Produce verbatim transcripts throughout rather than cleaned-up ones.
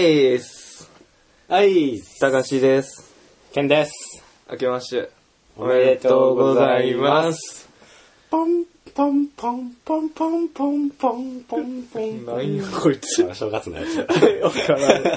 いーす。 はいーす。 たかしです。 けんです。 明けましておめでとうございます。 ポンポンポンポンポンポンポンポンポン。 何やこいつ。 正月のやつ。 わからん。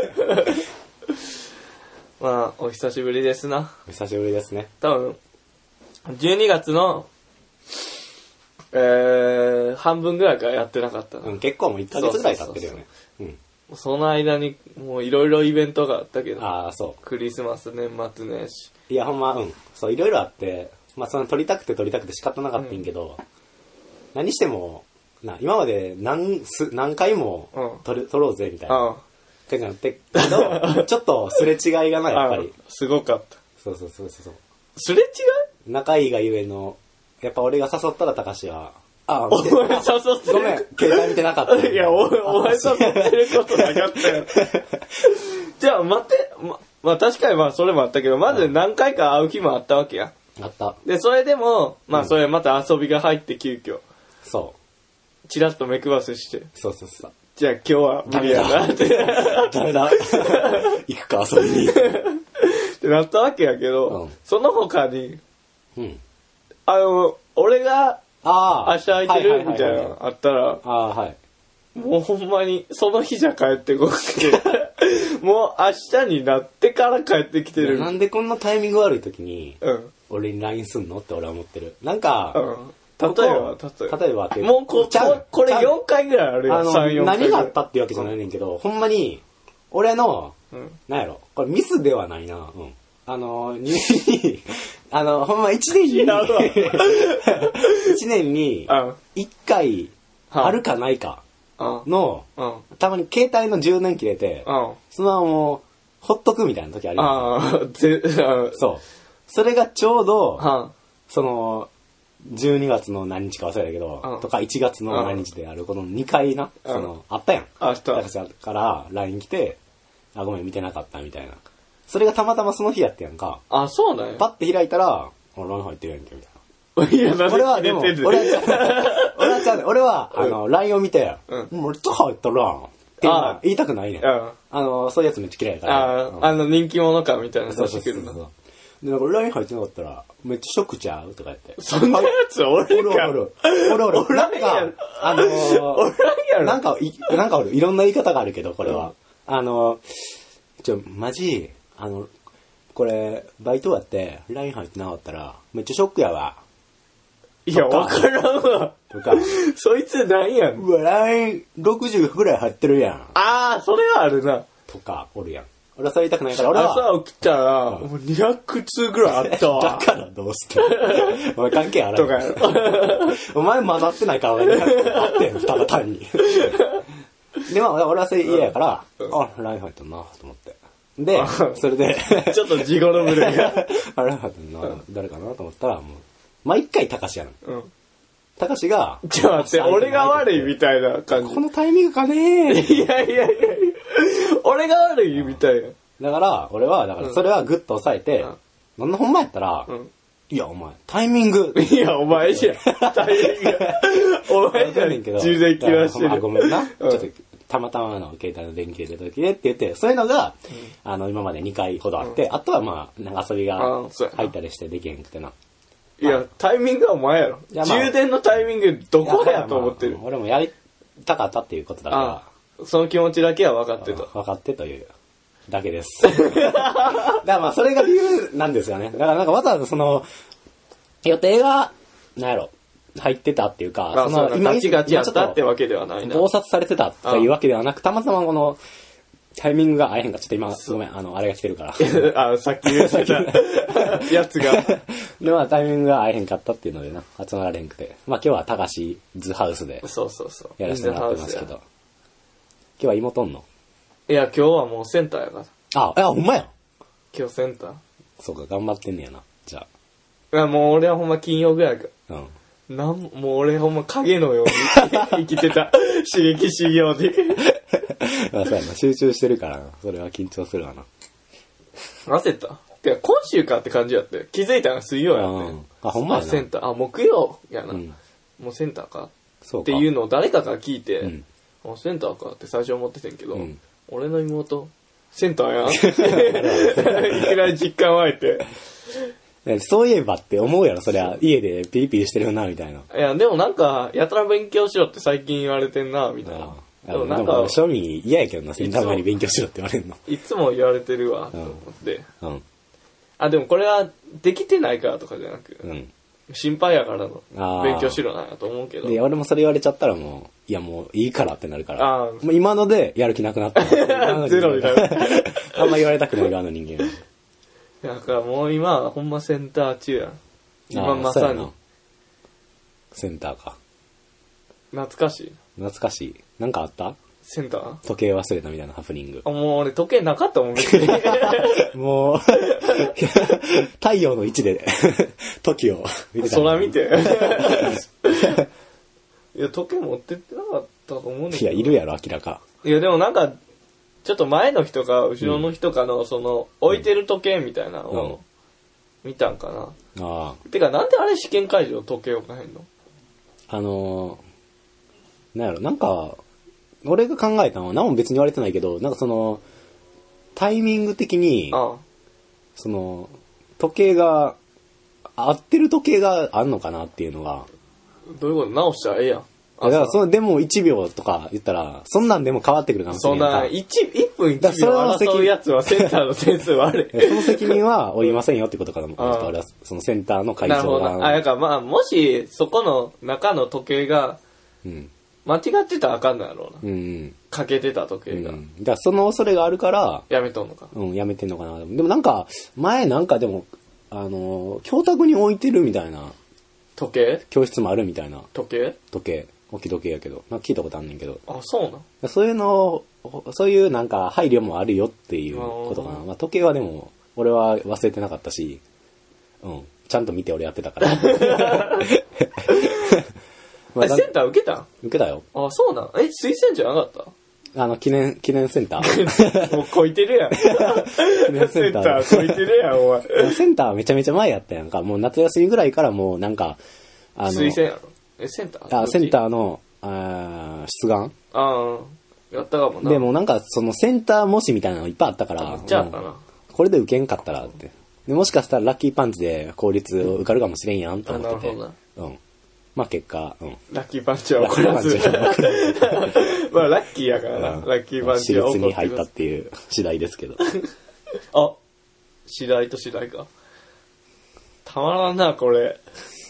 まあお久しぶりですな。 お久しぶりですね。 多分じゅうにがつのえー、半分ぐらいからやってなかったな、 うん、結構もういっかげつぐらい経ってるよね。うん。 その間にもういろいろイベントがあったけど。 ああ、そう。 クリスマス、年末年始。 いや、ほんま、うん。そう、いろいろあって、まあ、その撮りたくて撮りたくて仕方なかったんけど、うん、何しても、な、今まで何、す、何回も撮る、うん、撮ろうぜ、みたいな。感じになってけど、ちょっとすれ違いがない、やっぱり。 すごかった。 そうそうそうそう。 すれ違い？ 仲いいがゆえの、やっぱ俺が誘ったら高志は、 ああ、お前誘ってる。 ごめん、携帯見てなかった。 いや、お, お前誘ってることなかったよ。じゃあ待って、ま、まあ確かにまあそれもあったけど、まず何回か会う日もあったわけや。 あった。 で、それでも、まあそれまた遊びが入って急遽。 そう。 チラッと目配せして。 そうそうそう。 じゃあ今日は無理やなって。 ダメだ。行くか、遊びに。 ってなったわけやけど、うん、その他に、 うん、 あの、俺が、 あ明日空いてるみたいなのあったら、 ああ、はい。 もうほんまに、その日じゃ帰ってこなくて、もう明日になってから帰ってきてる。 なんでこんなタイミング悪い時に、 うん、 俺に ライン すんのって俺は思ってる。なんか、 うん、例えば、例えば。 例えばってもうこ、ここれよんかいぐらいあるよ、さん、よんかい。 何があったっていうわけじゃないねんけど、ほんまに、俺の、うん、なんやろ、これミスではないな、うん。あの、入院に、あの、ほんま一年に、一年に、一回、あるかないかの、たまに携帯の充電切れて、そのままもう、ほっとくみたいな時あるよ。そう。それがちょうど、その、じゅうにがつの何日か忘れたけど、とかいちがつの何日である、このにかいな、その、あったやん。 あった。 だから、ライン 来て、あ、ごめん見てなかったみたいな。それがたまたまその日やってやんか。 あ、そうなんや。 パッて開いたら、あ、ライン 入ってるやんけ、みたいな。いや、なんで俺は、でも、俺は、俺はちゃうね。俺は、あの、ライン を見て、うん、もう、ちょっと入ったら、って言いたくないねん。あの、そういうやつめっちゃ嫌いやから。 あ、あの、人気者か、みたいな。そうそうそう。 で、なんか ライン 入ってなかったら、めっちゃショックちゃうとか言って。 そんなやつおるか。 おるおる。おるおる。 おらんやん。 あのー、 おらんやろ。 なんか、い、なんかおる。いろんな言い方があるけど、これは。あの、ちょ、マジ、あの、これ、バイトやって、ライン 入ってなかったら、めっちゃショックやわ。 いや、わからんわ。 とか。 そいつなんやん。 うわ、ラインろくじゅうぐらい入ってるやん。 ああ、それはあるな。 とか、おるやん。俺はそれ言いたくないから、俺は。 朝起きたら、うん、もうにひゃくつうぐらいあったわ。 だからどうして。お前関係ある。 とかお前混ざってない顔がにひゃくあってん、ただ単に。で、まあ、俺はそれ嫌やから、うん、あ、ライン入ったなと思って。で、それで、 ちょっと地頃ぶるが。 あれ入ってんな、誰かなと思ったら、もう、毎回高志やなの。 うん。 高志が、 ちょっと待って、俺が悪いみたいな感じ。 このタイミングかねー。いやいやいや俺が悪いみたいな。 だから、俺は、だから、それはグッと押さえて、うん、なんのほんまやったら、うん、いや、お前、タイミング。 いや、お前じゃん。タイミング。お前じゃん。充電切らしてる。 あ、ごめんな。うん、ちょっと、たまたまの携帯の電気入れた時でって言って、そういうのが、うん、あの、今までにかいほどあって、うん、あとはまあ、なんか遊びが入ったりしてできへんくてな。 いや、タイミングはお前やろ。まあ、充電のタイミングどこやと思ってる。 まあ、俺もやりたかったっていうことだから。 ああ、その気持ちだけは分かってた。 分かってというだけです。だからまあ、それが理由なんですよね。だからなんかわざわざその、予定が、なんやろ。入ってたっていうか、 その今ガチガチやったってわけではないな。 盗撮されてたというわけではなく、たまたまこのタイミングが合えへんか、ちょっと今ごめん、あのあれが来てるから。 あ、さっき言ってたやつが。 でまあタイミングが合えへんかったっていうのでな、集まられへんくて、まあ今日は高志ズハウスで、 そうそうそう、 やらせてもらってますけど、今日は妹んの？ いや今日はもうセンターやから。 あ、あ、ほんまや。 今日センター。 そうか、頑張ってんねやな。じゃあ。いやもう俺はほんま金曜ぐらいか。 うん。 なんもう俺ほんま影のように生きてた。刺激修行で。 まあそうやな、集中してるからな。それは緊張するわな。 焦った。てか今週かって感じやって。気づいたら水曜やって。 あ、ほんまやな。 あ、センター。あ、木曜やな。うん、もうセンターか。 そうか。 っていうのを誰かから聞いて、 うん、 あ、センターかって最初思っててんけど、うん、 俺の妹センターやん。いきなり実感湧いて。 そういえばって思うやろ、そりゃ。家でピリピリしてるな、みたいな。 いや、でもなんか、やたら勉強しろって最近言われてんな、みたいな。 でもなんか、庶民嫌やけどな、センター前に勉強しろって言われるの。 いつも言われてるわ、と思って。 うん。 あ、でもこれはできてないからとかじゃなく、 うん。 心配やからの勉強しろなんやと思うけど。 で、俺もそれ言われちゃったらもう、いやもういいからってなるから。 あもう今のでやる気なくなった。 ゼロになる。 あんま言われたくない側の人間。 だからもう今はほんまセンター中やん。今まさに。 センターか。 懐かしい。 懐かしい。なんかあった？ センター？ 時計忘れたみたいなハプニング。 あ、もう俺時計なかったもん、別に。 もう、太陽の位置で時を見てた。空見て。いや、時計持ってってなかったと思うんだけど。 いや、いるやろ、明らか。 いや、でもなんか、ちょっと前の人か、後ろの人かの、その、置いてる時計みたいなのを、見たんかな。 ああ。 てか、なんであれ試験会場時計を買えんの？ あのー、なんやろ、なんか、俺が考えたのは何も別に言われてないけど、なんかその、タイミング的に、 ああその、時計が、合ってる時計があんのかなっていうのが。 どういうこと直したらええやん。 だからその、でもいちびょうとか言ったら、そんなんでも変わってくるかもしれない。 そんな、いち、いっぷんいちびょう争うやつはセンターの点数悪い。 その責任は負いませんよってことから、俺はそのセンターの会長が。 なるほど。あ、だからまあ、もし、そこの中の時計が、うん。間違ってたらあかんのやろうな。うん。かけてた時計が。うん。 だからその恐れがあるから、 やめとんのか。 うん、やめてんのかな。でもなんか、前なんかでも、あの、教託に置いてるみたいな。 時計？ 教室もあるみたいな。 時計？ 時計。置き時計やけど。なんか聞いたことあんねんけど。 あ、そうなん？ そういうの、そういうなんか配慮もあるよっていうことかな。まあ時計はでも、俺は忘れてなかったし、うん。ちゃんと見て俺やってたから。 まあ、センター受けたん？ 受けたよ。 あ、そうなん？え、推薦じゃなかった？ あの、記念、記念センター。 もうこいてるやん。記念センターこいてるやん、お前。 センターめちゃめちゃ前やったやんか。もう夏休みぐらいからもうなんか、 あの、推薦やろ？え、センター？ あ、センターの、あ出願？ ああ、やったかもな。 でもなんかそのセンター模試みたいなのいっぱいあったから、 じゃあったな。 これで受けんかったらって。でもしかしたらラッキーパンチで公立を受かるかもしれんやんと思ってて。なるほどな。うん。まあ結果、うん。 ラッキーパンチは怒らず。まあラッキーやからな。うん、ラッキーパンチは怒らず。 私立に入ったっていう次第ですけど。 あ、次第と次第か。たまらんな、これ。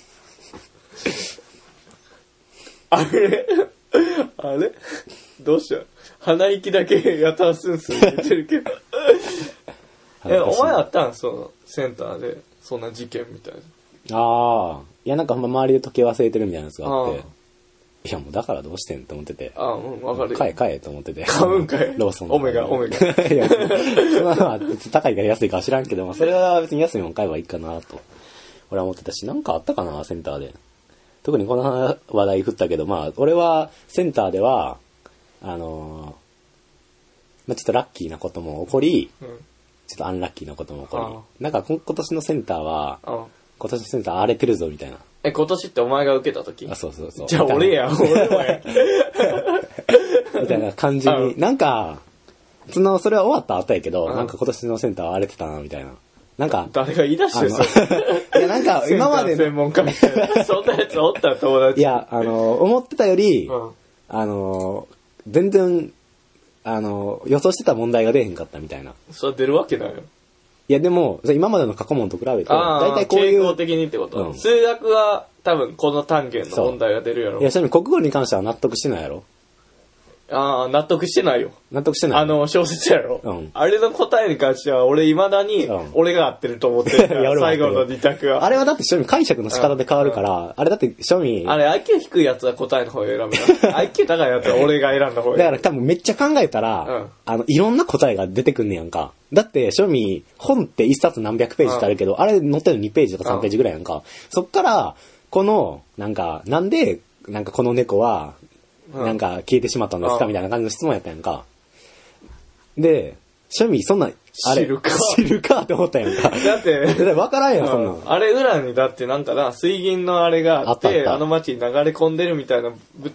あれあれどうしよう。鼻息だけやたらスンスン言ってるけど。え、お前あったんその、センターで、そんな事件みたいな。 ああ。いや、なんか周りで時計忘れてるみたいなやつがあって。いや、もうだからどうしてんと思ってて。 ああ、うん、わかる。 買え買えと思ってて。 買うんかい。 ローソン。 オメガ、オメガ。いや、 まあまあ、高いか安いかは知らんけど、まあそれは別に安いもん買えばいいかなと。俺は思ってたし、なんかあったかな、センターで。特にこの話題振ったけど、まあ、俺はセンターでは、あのー、まあちょっとラッキーなことも起こり、うん、ちょっとアンラッキーなことも起こり、なんか今年のセンターは、今年のセンター荒れてるぞみたいな。 え、今年ってお前が受けた時？ あ、そうそうそう。 じゃあ俺や、俺もや。 みたいな感じに、なんか、その、それは終わった後やけど、なんか今年のセンターは荒れてたな、みたいな。なんか、 誰が言い出してるそれ。いや、なんか、今まで。 専門家みたいな。そんなやつおった友達。 いや、あの、思ってたより、うん、あの、全然、あの、予想してた問題が出へんかったみたいな。 それ出るわけないよ。 いや、でも、今までの過去問と比べて、大体こういう。 傾向的にってこと、うん、数学は多分この単元の問題が出るやろ。 いや、ちなみに国語に関しては納得してないやろ。 ああ、納得してないよ。 納得してない。 あの、小説やろ。うん。あれの答えに関しては、俺未だに、俺が合ってると思ってるから、うん、最後の二択は。 あれはだって正味解釈の仕方で変わるから、うん、あれだって正味。 あれ アイキュー 低いやつは答えの方を選ぶな。アイキュー 高いやつは俺が選んだ方がいい。 だから多分めっちゃ考えたら、うん、あの、いろんな答えが出てくんねやんか。だって、正味、本って一冊何百ページってあるけど、うん、あれ載ってるのにページとかさんページぐらいやんか。うん、そっから、この、なんか、なんで、なんかこの猫は、なんか消えてしまったんですかみたいな感じの質問やったやんか。で、正味そんな、あれ、 知るか。 知るかって思ったやんか。 だって、 わからんやん、そんなの。あれ裏にだってなんかな、水銀のあれがあって、あ, あの街に流れ込んでるみたいな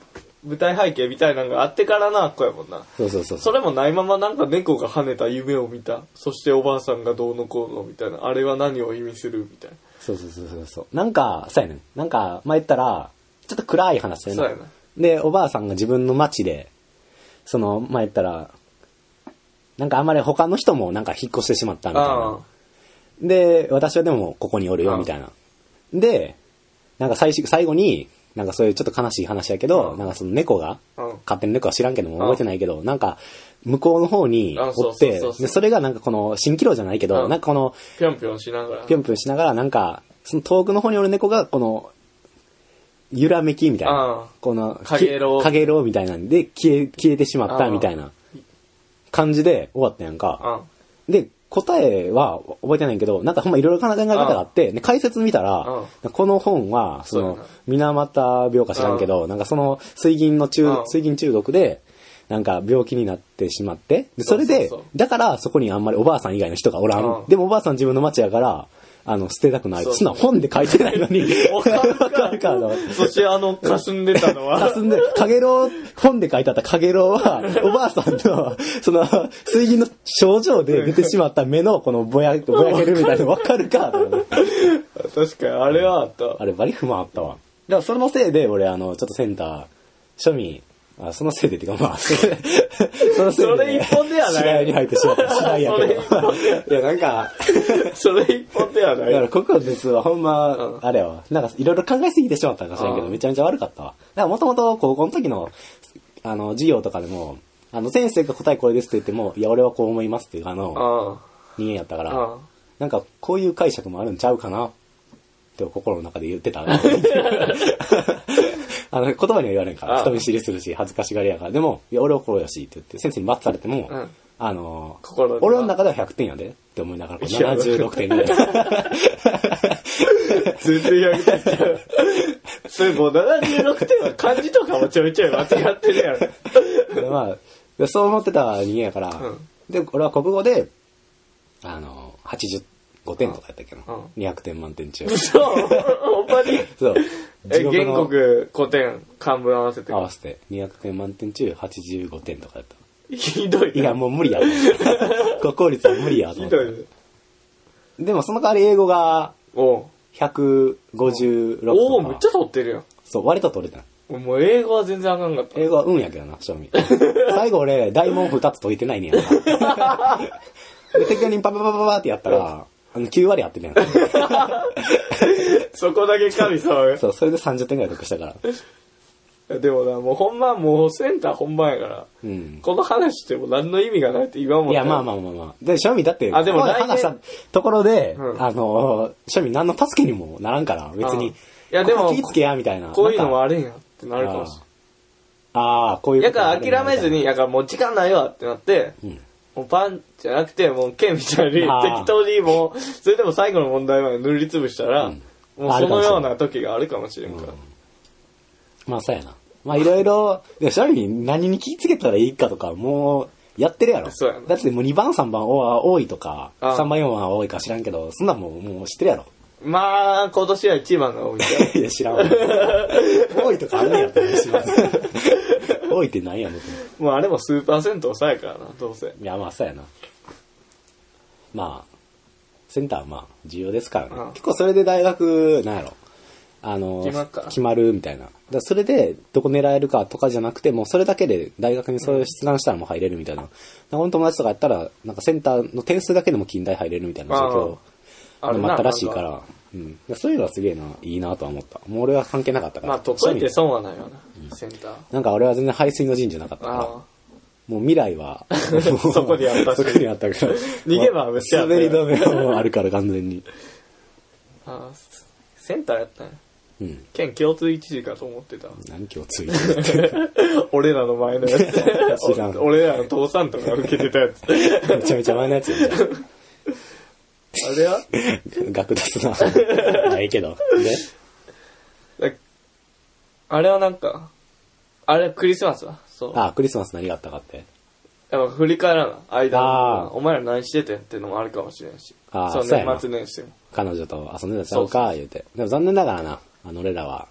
舞台背景みたいなのがあってからな、こやもんな。 そうそうそう。 それもないままなんか猫が跳ねた夢を見た。そしておばあさんがどうのこうのみたいな。あれは何を意味するみたいな。 そうそうそうそうそう。なんか、そうやねん。なんか、前言ったら、ちょっと暗い話だよね。 そうやな。 で、おばあさんが自分の町で、その、前言ったら、なんかあんまり他の人もなんか引っ越してしまったみたいな。で、私はでもここにおるよみたいな。で、なんか最初、最後に、なんかそういうちょっと悲しい話やけど、うん、なんかその猫が、うん、勝手に猫は知らんけども覚えてないけど、うん、なんか向こうの方におって、でそれがなんかこの蜃気楼じゃないけど、うん、なんかこの、 ぴょんぴょんしながら。 ぴょんぴょんしながら、なんか、その遠くの方におる猫がこの、揺らめきみたいな、この、 かげろう。 かげろうみたいなんで消え、消えてしまったみたいな感じで終わったやんか。で、答えは覚えてないけど、なんかほんまいろいろ考え方があって、で解説見たら、この本は、その、水俣病か知らんけど、なんかその水銀の中、水銀中毒で、なんか病気になってしまって、でそれで、だからそこにあんまりおばあさん以外の人がおらん。でもおばあさん自分の町やから、あの、捨てたくない。そんな本で書いてないのに。 わかるか。わかるか。そしてあの、霞んでたのは。 霞んで、かげろう、本で書いてあったかげろうは、おばあさんの、その、水銀の症状で出てしまった目の、このぼや、ぼやけるみたいなのわかるか。 確かに、あれはあった。 あれ、バリ不満あったわ。だからそのせいで、俺、あの、ちょっとセンター、庶民、あ、そのせいでっていうか、まあ、そのせいで、ね。それ一本ではない。 試合に入ってしまった。試合やけど。いや、なんか、 それ一本ではない。 だから、ここですは、ほんま、うん、あれは、なんか、いろいろ考えすぎてしまったかもしれんけど、めちゃめちゃ悪かったわ。だから、もともと、高校の時の、あの、授業とかでも、あの、先生が答えこれですって言っても、いや、俺はこう思いますっていう、あの、人間やったから、なんか、こういう解釈もあるんちゃうかな、って心の中で言ってた。あの、言葉には言われんから、人見知りするし、恥ずかしがりやから。でも、いや、俺はこうやし、って言って、先生に罰されても、うん、あの、俺の中ではひゃくてんやで、って思いながら、ななじゅうろくてんぐらい。 全然ひゃくてんちゃう。それもうななじゅうろくてんは漢字とかもちょいちょい間違ってるやろ。まあ、そう思ってた人間やから、うん、で、俺は国語で、あの、はちじゅうごてんとかやったっけな。うん、にひゃくてん満点中。 そうほんまにそう。え、原告ごてん、漢文合わせて。 合わせて。にひゃくてん満点中はちじゅうごてんとかやった。 ひどい。 いや、もう無理やと思って。国公立は無理やと思って。ひどい。でもその代わり英語が、ひゃくごじゅうろくとか。 おお、めっちゃ取ってるやん。 そう、割と取れた。 もう英語は全然あかんかった。 英語は運やけどな、正味。最後俺、大問ふたつ解いてないねやんか。で、適当にパパパパパってやったら、あのきゅうわり合ってるやん。 そこだけ神様。 そう、それでさんじゅってんぐらい得したから。 でもな、もうほんま、もうセンター本番やから、うん、この話しても何の意味がないって今思った。 いや、まあまあまあまあ。で、庶民だって、あ、でも話したところで、うん、あの、庶民何の助けにもならんから、別に。いや、でも、気ぃつけや、みたいな。 こういうのもあるんやってなるかもしれない。 ああ、こういうやから諦めずに、やからもう時間ないわってなって、うん、もうパンじゃなくて、もう剣みたいに適当にもう、それでも最後の問題まで塗りつぶしたら、うん、もうそのような時があるかもしれんから。うん、 まあそうやな。まあいろいろ、で、正直何に気ぃつけたらいいかとか、もう、やってるやろ。 そうやな。 だってもうにばんさんばんは多いとか、さんばんよんばんは多いか知らんけど、そんなんもう、もう知ってるやろ。 まあ、今年はいちばんが多いんだよ。 いや、知らんわ。多いとかあんねやったら知らん。多いって何やもん。 もうあれも数パーセント抑えからな、どうせ。 いや、まあそうやな。まあ、センターはまあ、重要ですからね。うん、結構それで大学、なんやろ。あの、 決まった決まるみたいな。だからそれで、どこ狙えるかとかじゃなくて、もうそれだけで大学にそれ出願したらもう入れるみたいな。うん、俺の友達とかやったら、なんかセンターの点数だけでも近代入れるみたいな状況。あったらしいから、うん、そういうのはすげえな、いいなとは思った。もう俺は関係なかったから。 まあ、解いて損はないよな、うん、センター。 なんか俺は全然排水の陣じゃなかったから、もう未来は、 そこにあったし。 そこにあったから。 逃げばめっちゃ滑り止めはもうあるから完全に。 ああ、センターやったんや。 うん。 県共通一時かと思ってた。 何共通一時俺らの前のやつ。知らん。俺らの父さんとか受けてたやつ。 めちゃめちゃ前のやつや。 あれは学出すな。ないけど。 であれはなんか、あれクリスマスはそう。 ああ、クリスマス何があったかって。 やっぱ振り返らな。間の、お前ら何しててんってのもあるかもしれんし。 ああ、 そう、年末年始も。 彼女と遊んでたちゃうか、言うて。でも残念ながらな、あの俺らは、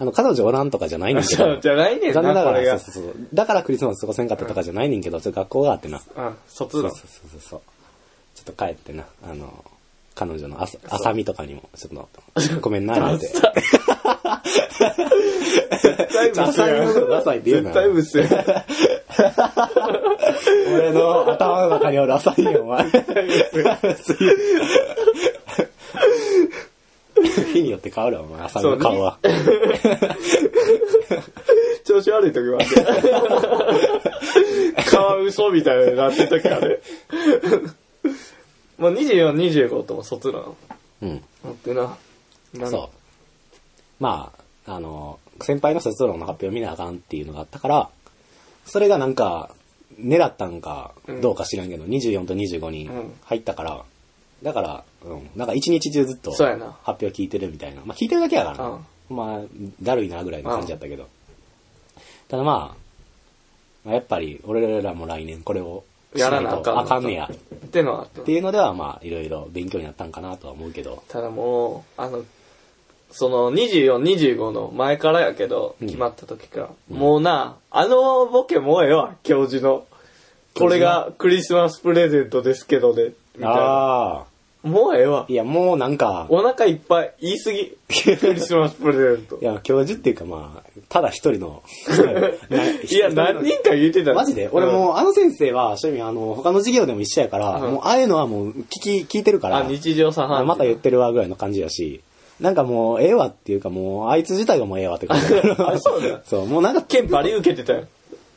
あの、彼女おらんとかじゃないねんけど。 じゃないねんな、 残念ながら、 これが。 そうそうそう。だからクリスマス過ごせんかったとかじゃないねんけど、それ学校があってな。 うん、卒論。 そうそうそうそう。ちょっと帰ってな、あの、彼女のあさ、あさみとかにも、ちょっと、ごめんな、言って。 絶対ブスやん。 ダサいって言うな。 絶対ブスやん。 俺の頭の中におるあさみよ、お前。日によって変わるわ、お前、あさみの顔は。 調子悪い時もあって。顔嘘みたいになってる時ある。もうにじゅうよん、にじゅうごとも卒論。 うん。 持ってな。 そう。まあ、あの、先輩の卒論の発表見なあかんっていうのがあったから、それがなんか、狙ったんかどうか知らんけど、うん、にじゅうよんとにじゅうごに入ったから、だから、うん、なんか一日中ずっと発表聞いてるみたいな。まあ聞いてるだけやからな。うん、まあ、だるいなぐらいの感じだったけど。ただまあ、やっぱり俺らも来年これをやらなあかんねや。ってのはっていうのではまあいろいろ勉強になったんかなとは思うけど。 ただもう、あの、そのにじゅうよん、にじゅうごの前からやけど、決まった時から、うん、もうな、あのボケもうええわ、教授の。これがクリスマスプレゼントですけどね、みたいな。ああ。もうええわ。 いや、もうなんか。 お腹いっぱい、言い過ぎ。クリスマスプレゼント。 いや、教授っていうかまあ、ただ一人の。 いや、何人か言うてた。 マジで、俺もう、あの先生は、正味あの、他の授業でも一緒やから、うん、もう、ああいうのはもう、聞き、聞いてるから。 あ、日常茶飯事。 また言ってるわぐらいの感じやし。なんかもう、ええわっていうかもう、あいつ自体がもうええわって感じ。 あ、そうだよ。 そう、もうなんか。 剣バリ受けてたよ。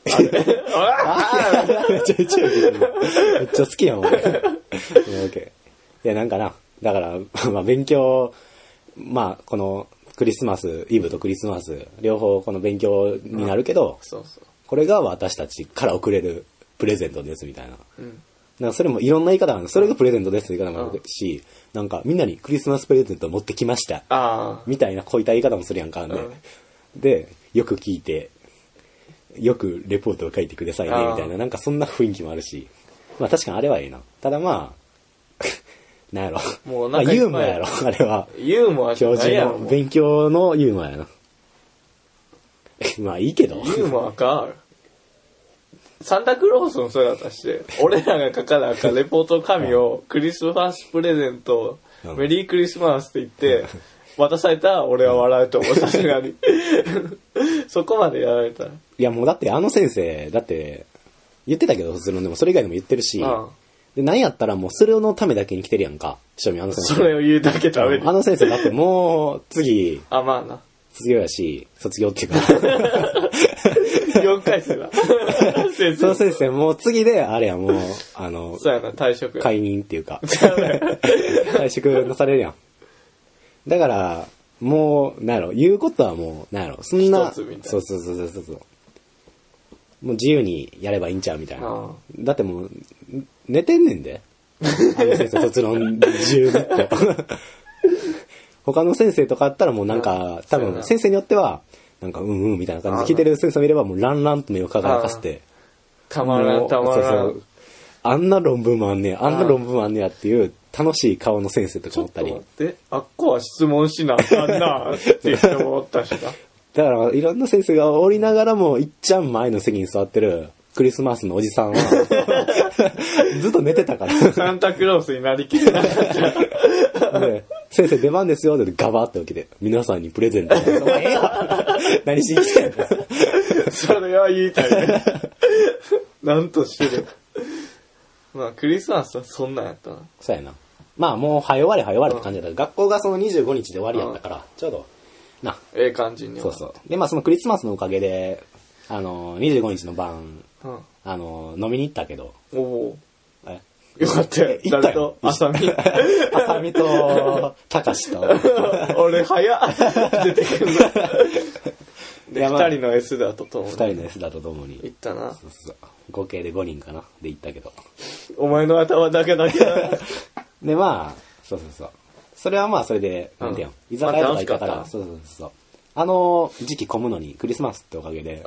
あれめっちゃめっちゃめっちゃ好きやもん、俺。いや、なんかな。だから、まあ勉強、まあこのクリスマスイブとクリスマス、両方この勉強になるけど、 うん、そうそう、 これが私たちから送れるプレゼントですみたいな。 うん、 なんかそれもいろんな言い方がある。それがプレゼントですって言い方もあるし、うん、なんかみんなにクリスマスプレゼントを持ってきました。 あみたいなこういった言い方もするやんか、ね、うん。で、よく聞いて、よくレポートを書いてくださいね、みたいな、なんかそんな雰囲気もあるし。まあ確かにあれはいいな。ただまあ、なんやろ。もうなんか、まあ、ユーモアやろ、あれは。 ユーモアじゃないやろ。 教授の勉強のユーモアやな。まあいいけど。 ユーモアか。サンタクロースの姿して、俺らが書かなあかんレポートの紙をクリスマスプレゼント、うん、メリークリスマスって言って、渡されたら俺は笑うと思う、さすがに。そこまでやられたら。 いやもうだってあの先生、だって言ってたけど、卒論でもそれ以外でも言ってるし、ああで、何やったらもうそれのためだけに来てるやんか。しょみあの先生。 それを言うだけために。 あの先生だってもう次。 あ、まあな。 卒業やし、卒業っていうか。 よんかい生だ。 その先生もう次で、あれやもう、あの、 そうやな、退職。 解任っていうか。退職なされるやん。だから、もう、なんやろ、言うことはもう、なんやろ、そんな、そうそうそうそうそう。もう自由にやればいいんちゃうみたいな。だってもう、寝てんねんで。あの先生卒論中ずっと。他の先生とかあったらもうなんか、多分先生によっては、なんかうんうんみたいな感じで聞いてる先生見ればもうランランと目を輝かせて。 たまらんたまらん。そうそうあんな論文もあんねや、あんな論文もあんねやっていう楽しい顔の先生とか思ったり。 ちょっと待って、あっこは質問しなあかんなって思ったしな。 だからいろんな先生がおりながらもいっちゃん前の席に座ってるクリスマスのおじさんはずっと寝てたからサンタクロースになりきれなかったで先生出番ですよってガバって起きて皆さんにプレゼントお前ええわ何しに来てんのそれは言いたいねなんとしてるまあクリスマスはそんなんやったなそうやなまあもう早終われ早終われって感じだった、うん、学校がそのにじゅうごにちで終わりやったから、うん、ちょうどなええ感じにそうそうでまあそのクリスマスのおかげであのにじゅうごにちの晩、うん、あの飲みに行ったけどおおえよかったよ行ったよあさみあさみとたかしと俺早っ出てくるで、まあ、ふたりの S だとともにふたりの S だとともに行ったなそうそう合計でごにんかなで行ったけどお前の頭だけだけだでまあそうそうそうそれはまあそれで、なんていうの、居酒屋とか行ったから、そうそうそう。あの時期混むのにクリスマスっておかげで、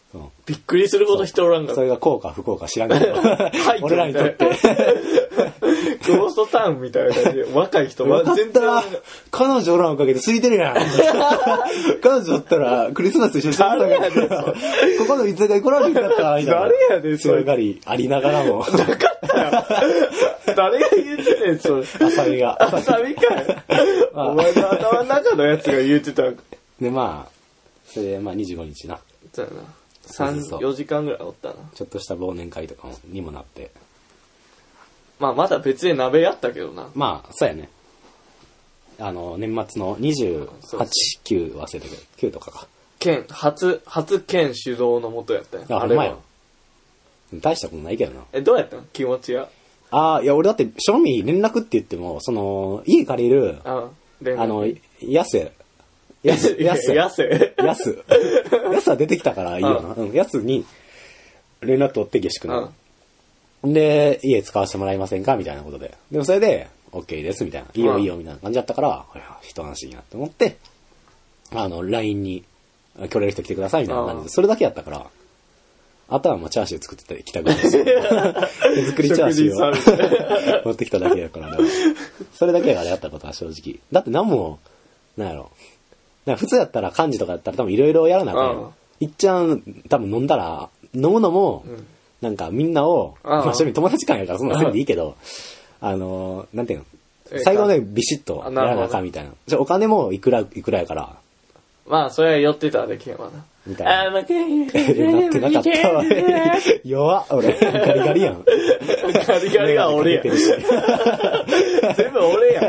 うん、 びっくりするほど人おらんかった。 それが効果不効果知らんけど。俺らにとって。 ゴーストタウンみたいな感じで、若い人は全然。 彼女おらんおかげで空いてるやん。彼女おったらクリスマス一緒にしてたやで、 ここの居酒屋来られへんかったみたいな。 誰やで、 それ。がりありながらも。 なかったよ。誰が言ってねん、それ。 浅見が。 浅見かい。お前の頭の中のやつが言ってた。 で、まあ、それで、まあにじゅうごにちな。 そうやな。さん、よじかんぐらいおったな。 ちょっとした忘年会とかにもなって。 まあまだ別で鍋やったけどな。 まあ、そうやね。あの、年末のにじゅうはち、きゅう忘れたけど、きゅうとかか。 県、初、初県主導のもとやったよ。 あ、ほんまや。大したことないけどな。 え、どうやったの気持ちは。 ああ、いや、俺だって、正味連絡って言っても、その、家借りる、ああの、やす、やす、やす、 やす、 やす、やすは出てきたからいいよな。うん、やすに連絡取って下宿の。で、家使わせてもらえませんかみたいなことで。でもそれで、OK です、みたいな。いいよいいよ、みたいな感じだったから、一安心やって思って、あの、ライン に、今日来る人来てください、みたいな感じで、それだけやったから、あとはもうチャーシュー作ってきたぐらいです。手作りチャーシューを持ってきただけやから、ね、それだけがやったことは正直。だって何も、なんやろ。なんか普通やったら漢字とかやったら多分いろいろやらなあかん。いっちゃん多分飲んだら、飲むのも、なんかみんなを、まあ正味友達間やからそんなせんでいいけど、あのー、なんていうの、最後ね、ビシッとやらなあかんみたいな。じゃお金もいくら、いくらやから。 まあ、それは寄ってたらできへんわな。 みたいな。あー、待て。なってなかったわ。弱っ、俺。ガリガリやん。 ガリガリが俺やん。全部俺やん。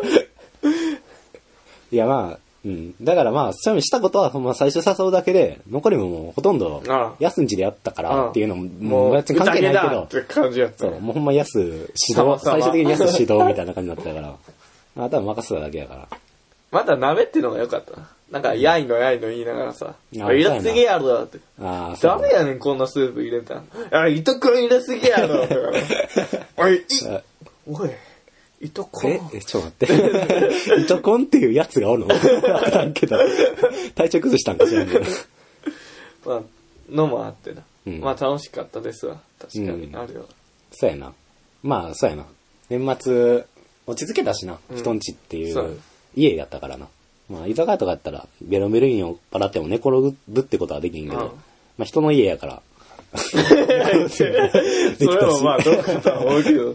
いや、まあ、うん。だからまあ、そういうしたことは、まあ最初誘うだけで、残りももうほとんど、安んちでやったからっていうのも、もう別に関係ないけど、 って感じやった。 そう、もうほんま安指導、最終的に安指導みたいな感じになってたから、あとは任せただけやから。 まだ鍋っていうのが良かったな。なんか、やいのやいの言いながらさ、入れすぎやろだって。ああ、ダメやねん、こんなスープ入れたら。あ、糸くん入れすぎやろ。おい、い、おい。いとこん。 え、え、ちょっと待って。いとこんっていうやつがおるのわからんけど。体調崩したんか知らんけど。 まあ、のもあってな。うん、まあ楽しかったですわ。確かに、あるよ、うん。 そうやな。まあ、そうやな。年末、落ち着けたしな。人んちっていう家やったからな。まあ、居酒屋とかやったら、ベロンベルインを払っても寝転ぶってことはできんけど、うん、まあ人の家やから。 それもまあ、どうかとは思うけど。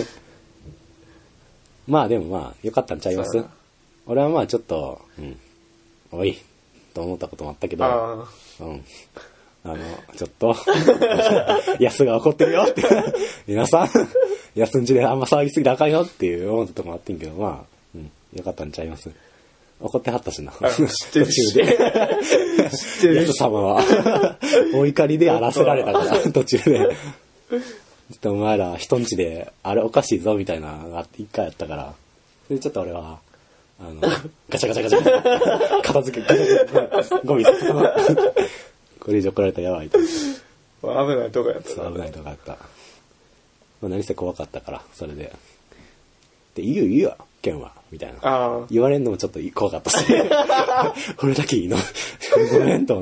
まあでもまあ、よかったんちゃいます？俺はまあちょっと、うん、おい、と思ったこともあったけど、うん。あの、ちょっと、安が怒ってるよって、皆さん、安んちであんま騒ぎすぎてあかんよっていう思ったとこもあってんけど、まあ、うん、よかったんちゃいます？怒ってはったしな。知ってるし。 途中で。知ってる。安様は、お怒りで荒らせられたから、途中で。ちょっとお前ら人んちで、あれおかしいぞみたいなのが一回やったから、それちょっと俺は、あの、ガチャガチャガチャ、片付け、ゴミ、これ以上来られたらやばいと。 危ないとこやった。 危ないとこやった。まあ、何せ怖かったから、それで。で、いいよいいよ、ケンは、みたいな。言われんのもちょっと怖かったし、俺だけいいのごめんと思って。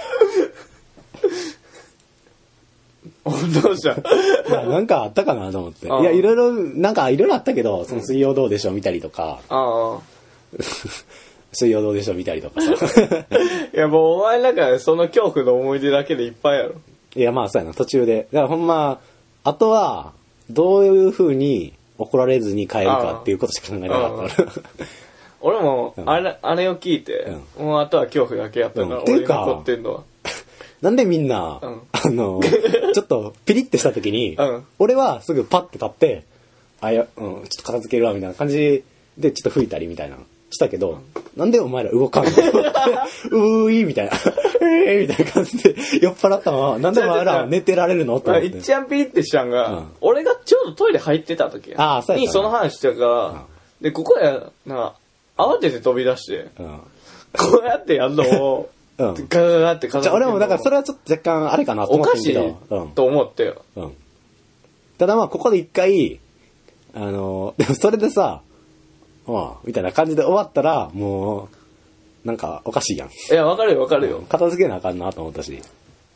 どうしたなんかあったかなと思って。いや、いろいろ、なんかいろいろあったけど、その水曜どうでしょう見たりとか。ああ。水曜どうでしょう見たりとかさ。 いや、もうお前なんかその恐怖の思い出だけでいっぱいやろ。 いや、まあそうやな、途中で。だからほんま、あとは、どういう風に怒られずに帰るかっていうことしか考えなかった。 俺も、あれ、あれを聞いて、うん、もうあとは恐怖だけやったから、俺に残ってんのは。 なんでみんな、うん、あの、ちょっとピリッてした時に、うん、俺はすぐパッて立って、あ、いや、うん、ちょっと片付けるわみたいな感じでちょっと吹いたりみたいな、したけど、うん、なんでお前ら動かんのうーいみたいな、えーみたいな感じで酔っ払ったまま、なんでお前ら寝てられるのと思って。 一番ピリッてしたんが、うん、俺がちょうどトイレ入ってた時あそうやにその話してたから、うん、で、ここや、な、慌てて飛び出して、うん、こうやってやんのを、うん、ガガガってじゃあ俺もだからそれはちょっと若干あれかなと思ってんけど。おかしい、 うん、と思ってよ。 うん。ただまあここで一回、あのー、でもそれでさ、うん、みたいな感じで終わったら、もう、なんかおかしいやん。 いや、わかるよわかるよ。 片付けなあかんなと思ったし。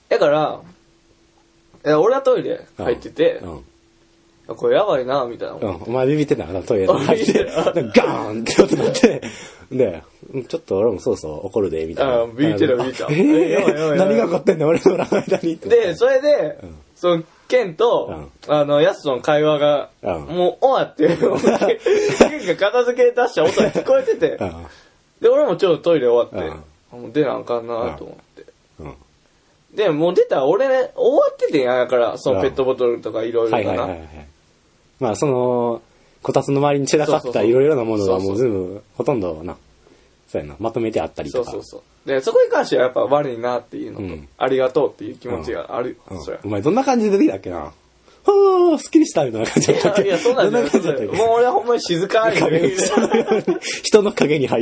だから、いや俺はトイレ入ってて、 うん。 これやばいな、みたいな。 うん。お前ビビってんだからトイレ入って、ガーンって音なって、で、ちょっと俺もそうそう怒るで、みたいな。 あビビってるビビってる。 えー、何が起こってんの俺の裏の間にって。 で、それで、うん、その、ケンと、うん、あの、ヤスとの会話が、うん、もう終わって、ケンが片付け出した音が聞こえてて、うん、で、俺もちょうどトイレ終わって、うん、もう出なあかんなと思って。うんうん、で、もう出たら俺ね、終わっててんや、だから、そのペットボトルとかいろいろかな。はいはいはいはい。 まあ、その、こたつの周りに散らかったいろいろなものがもう全部、ほとんどな、そうやな、まとめてあったりとか。 そうそうそう。で、そこに関してはやっぱ悪いなっていうのと、うん、ありがとうっていう気持ちがあるよ、うんうん、そりゃ。 お前どんな感じで出てきたっけなはぁ、すっきりしたみたいな感じだったっけ。 いや、いや、そうなんだよ。もう俺はほんまに静かに。 人の影に入って。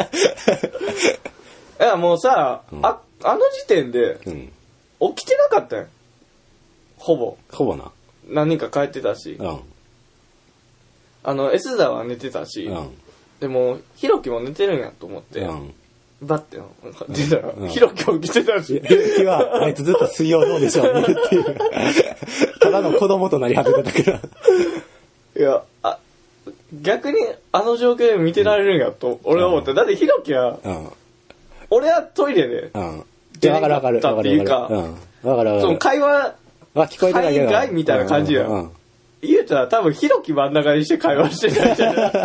いや、もうさ、うん、あ、あの時点で、うん、起きてなかったよ。ほぼ。 ほぼな。 何人か帰ってたし。うん。あの、S 座は寝てたし。うん。でも、ひろきも寝てるんやと思って。うん。バッて出たら、うん、ひろき起きてたし。 ひろきは、あいつずっと水曜どうでしょうねっていう。ただの子供となり始めたから。 いや、あ、逆にあの状況で見てられるんやと、俺は思った。うん、だってひろきは、うん、俺はトイレで、うん。 で、わかるわかる。 っていうか、 うん。わかるわかる。 その会話、 あ、聞こえてないけど。 みたいな感じや。うんうん、言うたら多分、ひろき真ん中にして会話してないじゃない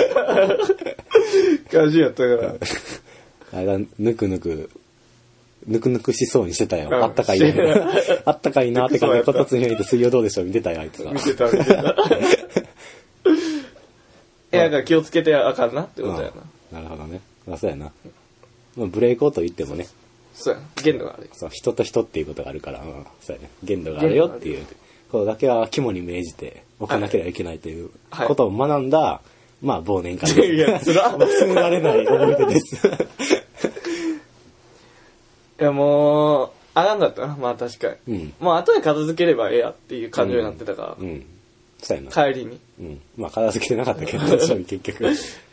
感じやったから。 あれだ、ぬくぬく、ぬくぬくしそうにしてたよ。うん、あったかいな。あったかいなって感じで、こたつに入れて水曜どうでしょう見てたよ、あいつが。 見てた、見てた。いや、だから気をつけてあかんなってことやな。なるほどね。まあ、そうやな。まあ、ブレイクと言ってもね。 そうや、限度がある。 そう、人と人っていうことがあるから、うん、そうやね。限度があるよっていうことだけは肝に銘じておかなければいけないということを学んだ、はい、まあ、忘年会です。いや、それは忘れられない思い出です。 いや、もう、あかんかったな、まあ確かに。うん。もう後で片付ければええやっていう感情になってたから。うん。うん、 そうやな。 帰りに。 うん。まあ片付けてなかったけど、結局。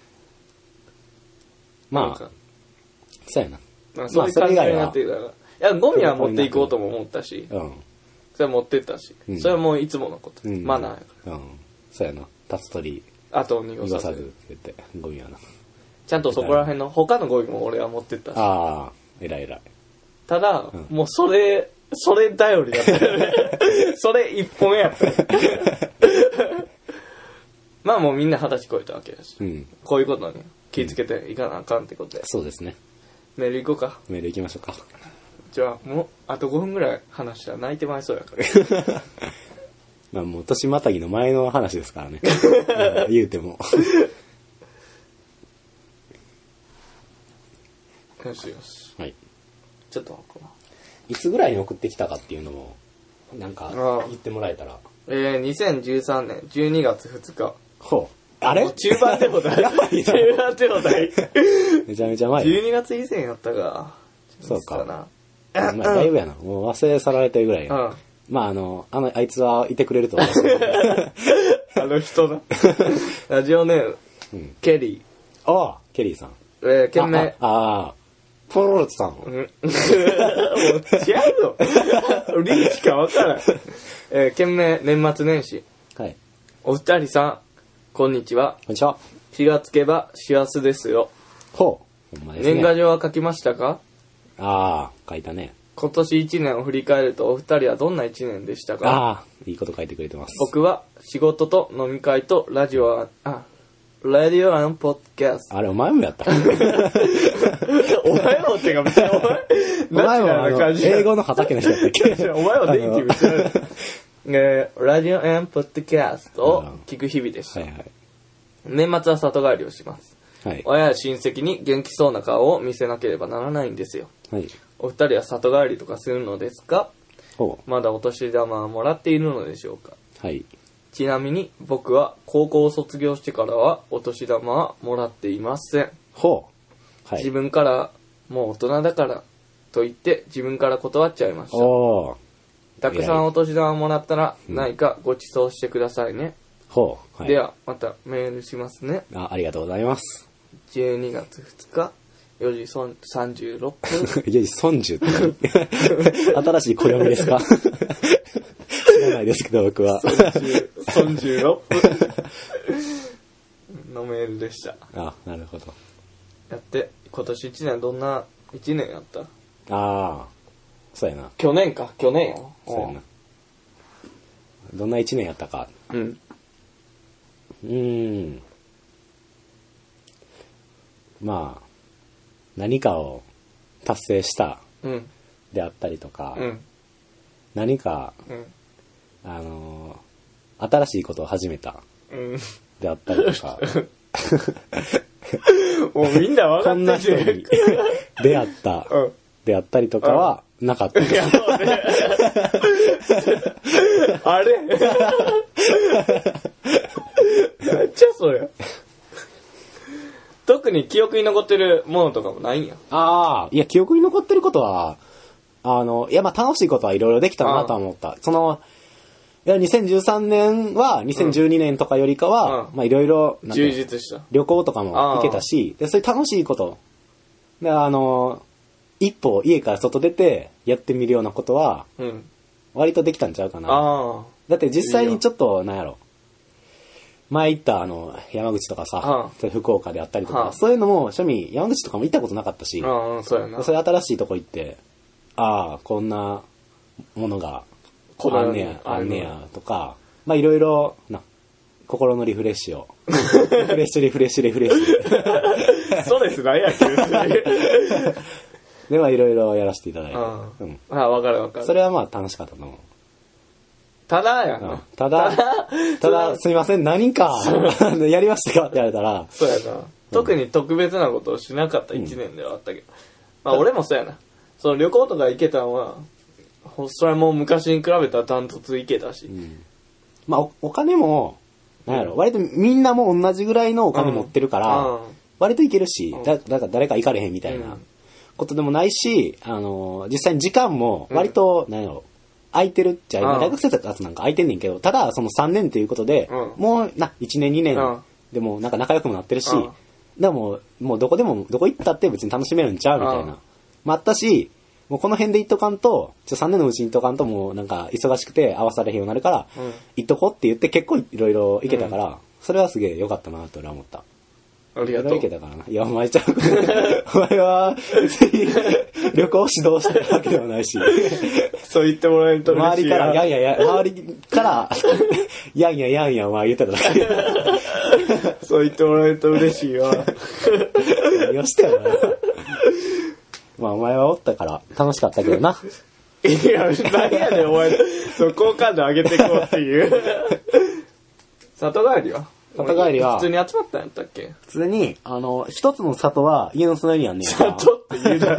まあ、そうやな。 まあ、そういう感じになってたから。いや、ゴミは持っていこうとも思ったし、うん。それは持ってったし、うん、それはもういつものこと。うん、マナーやから。うん。 そうやな。立つ鳥。 あと濁さず。 濁さず言って、ゴミはな。 ちゃんとそこら辺の他のゴミも俺は持ってったし。 ああ、偉い偉い。 ただ、うん、もうそれ、それ頼りだったよね。それ一本やった。まあもうみんな二十歳超えたわけだし、うん、こういうことに気をつけていかなあかんってことで。 そうですね。 メール行こうか。 メール行きましょうか。 じゃあもうあとごふんぐらい話したら泣いてまいそうやから。 まあもう年またぎの前の話ですからね。言うても。 よしよし。 はい。 ちょっとこういつぐらいに送ってきたかっていうのもなんか言ってもらえたら。 えー、にせんじゅうさんねんじゅうにがつふつか。 ほう。あれ中盤でもない。やばいな。中盤でもない。 めちゃめちゃ前。 じゅうにがつ以前やったか。 そうか。まあ、だいぶやな。もう忘れ去られてるぐらいや。うん。まああの、あの、あいつはいてくれると思う。 あの人だ。ラジオネーム、うん、ケリー。ああ、ケリーさん。 えー、件名。 ああ。ポロロツさん。もう違うぞ。リーチか分からん。えー、件名、年末年始。 はい。 お二人さん、こんにちは。 こんにちは。 気がつけば幸せですよ。 ほう。ほんまですね。 年賀状は書きましたか？ ああ、書いたね。 今年一年を振り返るとお二人はどんな一年でしたか？ ああ、いいこと書いてくれてます。 僕は仕事と飲み会とラジオは、あ、ラディオ&ポッドキャスト。 あれ、お前もやった。お前もってか、別にお前、 お前もあの英語の畑の人やったっけ？ お前は電気見せられる。えー、ラディオ&ポッドキャストを聞く日々でした。はいはい、年末は里帰りをします。はい、親や親戚に元気そうな顔を見せなければならないんですよ。はい、お二人は里帰りとかするのですか？まだお年玉はもらっているのでしょうか？はい。ちなみに僕は高校を卒業してからはお年玉はもらっていません。ほう。はい、自分からもう大人だからと言って自分から断っちゃいました。おたくさんお年玉もらったら何かご馳走してくださいね。ほう。はい、ではまたメールしますね。 あ、ありがとうございます。 じゅうにがつふつか、 よじさんじゅうろっぷん。 よじさんじゅうって新しい暦ですか？知らないですけど、僕は。 さんじゅうろっぷんのメールでした。 あ、なるほど。 やって、今年いちねんどんないちねんやった？ ああ、そうやな。 去年か、去年や。 そうやな。どんないちねんやったか。 うん。 うーん。まあ、何かを達成したであったりとか、 うん、 何か、うん、あのー、新しいことを始めたであったりとか、 もうみんな分かってる。こんな人に出会ったであったりとかはなかったです。 あれめっちゃそうや。特に記憶に残ってるものとかもないんや。 ああ、いや、記憶に残ってることは、あの、いや、まあ楽しいことはいろいろできたなとは思った。その、いや、にせんじゅうさんねんはにせんじゅうにねんとかよりかは、うん、まあいろいろ、 充実した。 旅行とかも行けたし、で、そういう楽しいこと。で、あの、一歩家から外出てやってみるようなことは、うん、割とできたんちゃうかな。 あだって実際にちょっと、なんやろ。前行ったあの山口とかさ、はあ、福岡であったりとか、はあ、そういうのも庶民山口とかも行ったことなかったし、 ああ、そうやな。 それ新しいとこ行って、ああこんなものがあんねやあんねやとか、まあいろいろな心のリフレッシュをリフレッシュリフレッシュリフレッシュ。そうですなんやっけ。 ではいろいろやらせていただいて、 ああ、うん、ああ分かる分かる。 それはまあ楽しかったと思う。 ただやな、うん。 ただ、ただ、すいません、何か、やりましたかって言われたら。 そうやな。特に特別なことをしなかった一年ではあったけど。うん、まあ俺もそうやな。その旅行とか行けたのは、それはもう昔に比べたらダントツ行けたし。うん、 まあお、お金も、なんやろ、割とみんなも同じぐらいのお金持ってるから、うん、割と行けるし、だだから誰か行かれへんみたいなことでもないし、あの、実際に時間も割と、なんやろ、空いてるっちゃ、今大学生活なんか空いてんねんけど、ただそのさんねんということで、うん、もうな、いちねんにねんでもなんか仲良くもなってるし、うん、でももうどこでも、どこ行ったって別に楽しめるんちゃうみたいな。もあったし、もうこの辺で行っとかんと、ちょさんねんのうちに行っとかんともうなんか忙しくて合わされへんようになるから、うん、行っとこって言って結構いろいろ行けたから、うん、それはすげえ良かったなと俺は思った。 ありがとう。 行けたからな。いや、お前ちゃう。お前は、別に、旅行指導してるわけではないし。 そう言ってもらえると嬉しい。 周りから、やんやや、周りから、やんややんやお前言ってただけ。 そう言ってもらえると嬉しいわ。 よしてよ、まあ、お前はおったから楽しかったけどな。 いや、何やねん、お前。そう、好感度上げていこうっていう。里帰りは里帰りは普通に集まったんやったっけ？ 普通に、あの、一つの里は家の隣にあんねんか。 里って言うな。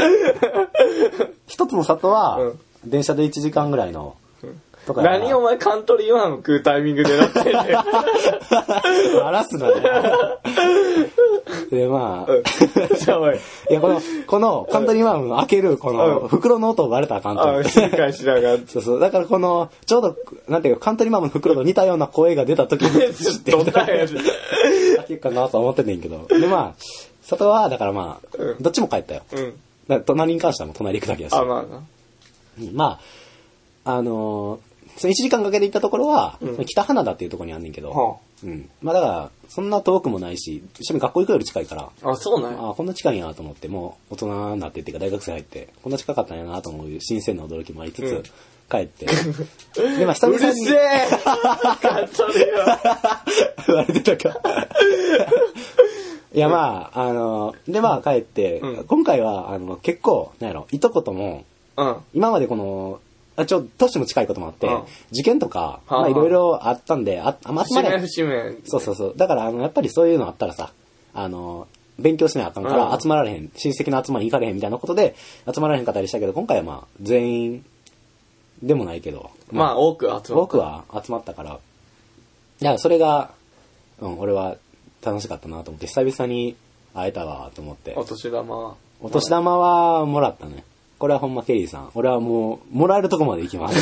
一つの里は、うん、電車でいちじかんぐらいの、 とか何お前カントリーワンを食うタイミングでなってんねん。 荒らすなね。で、まあ。うん、いや、この、このカントリーワンを開ける、この、袋の音をバレたらあかんと思って。 静かにしながら。 そうそう。だからこの、ちょうど、なんていうか、カントリーマンの袋と似たような声が出た時に、知ってる。どんなやつ開けるかなと思ってんねんけど。で、まあ、外は、だからまあ、うん、どっちも帰ったよ。うん。だから隣に関してはもう隣行くだけだし。 あ、まあな。 うん、まあ、あのー、そのいちじかんかけて行ったところは、うん、北花田っていうところにあんねんけど、はあ、うん。まあだから、そんな遠くもないし、一緒に学校行くより近いから、 あ、そうなんや。 あ、こんな近いんやと思って、もう大人になってっていうか大学生入って、こんな近かったんやなと思う新鮮な驚きもありつつ、うん、帰って。で、まあ久々に。うるせえカットでよ言われてたか。いやまあ、あの、でまあ帰って、うん、今回は、あの、結構、なんやろ、いとことも、うん、今までこの、あちょっと年も近いこともあって、うん、受験とか、まあいろいろあったんで、あ、あんま集まれ。 節目節目。 そうそうそう。だから、あの、やっぱりそういうのあったらさ、あの、勉強しなあかんから集まられへん、うん、親戚の集まりに行かれへんみたいなことで、集まられへんかったりしたけど、今回はまあ、全員でもないけど。 まあ、まあ、多く集まった。 多くは集まったから。だからそれが、うん、俺は楽しかったなと思って、久々に会えたわと思って。 お年玉。 お年玉はもらったね。これはほんまケリーさん。俺はもう、もらえるとこまで行きます。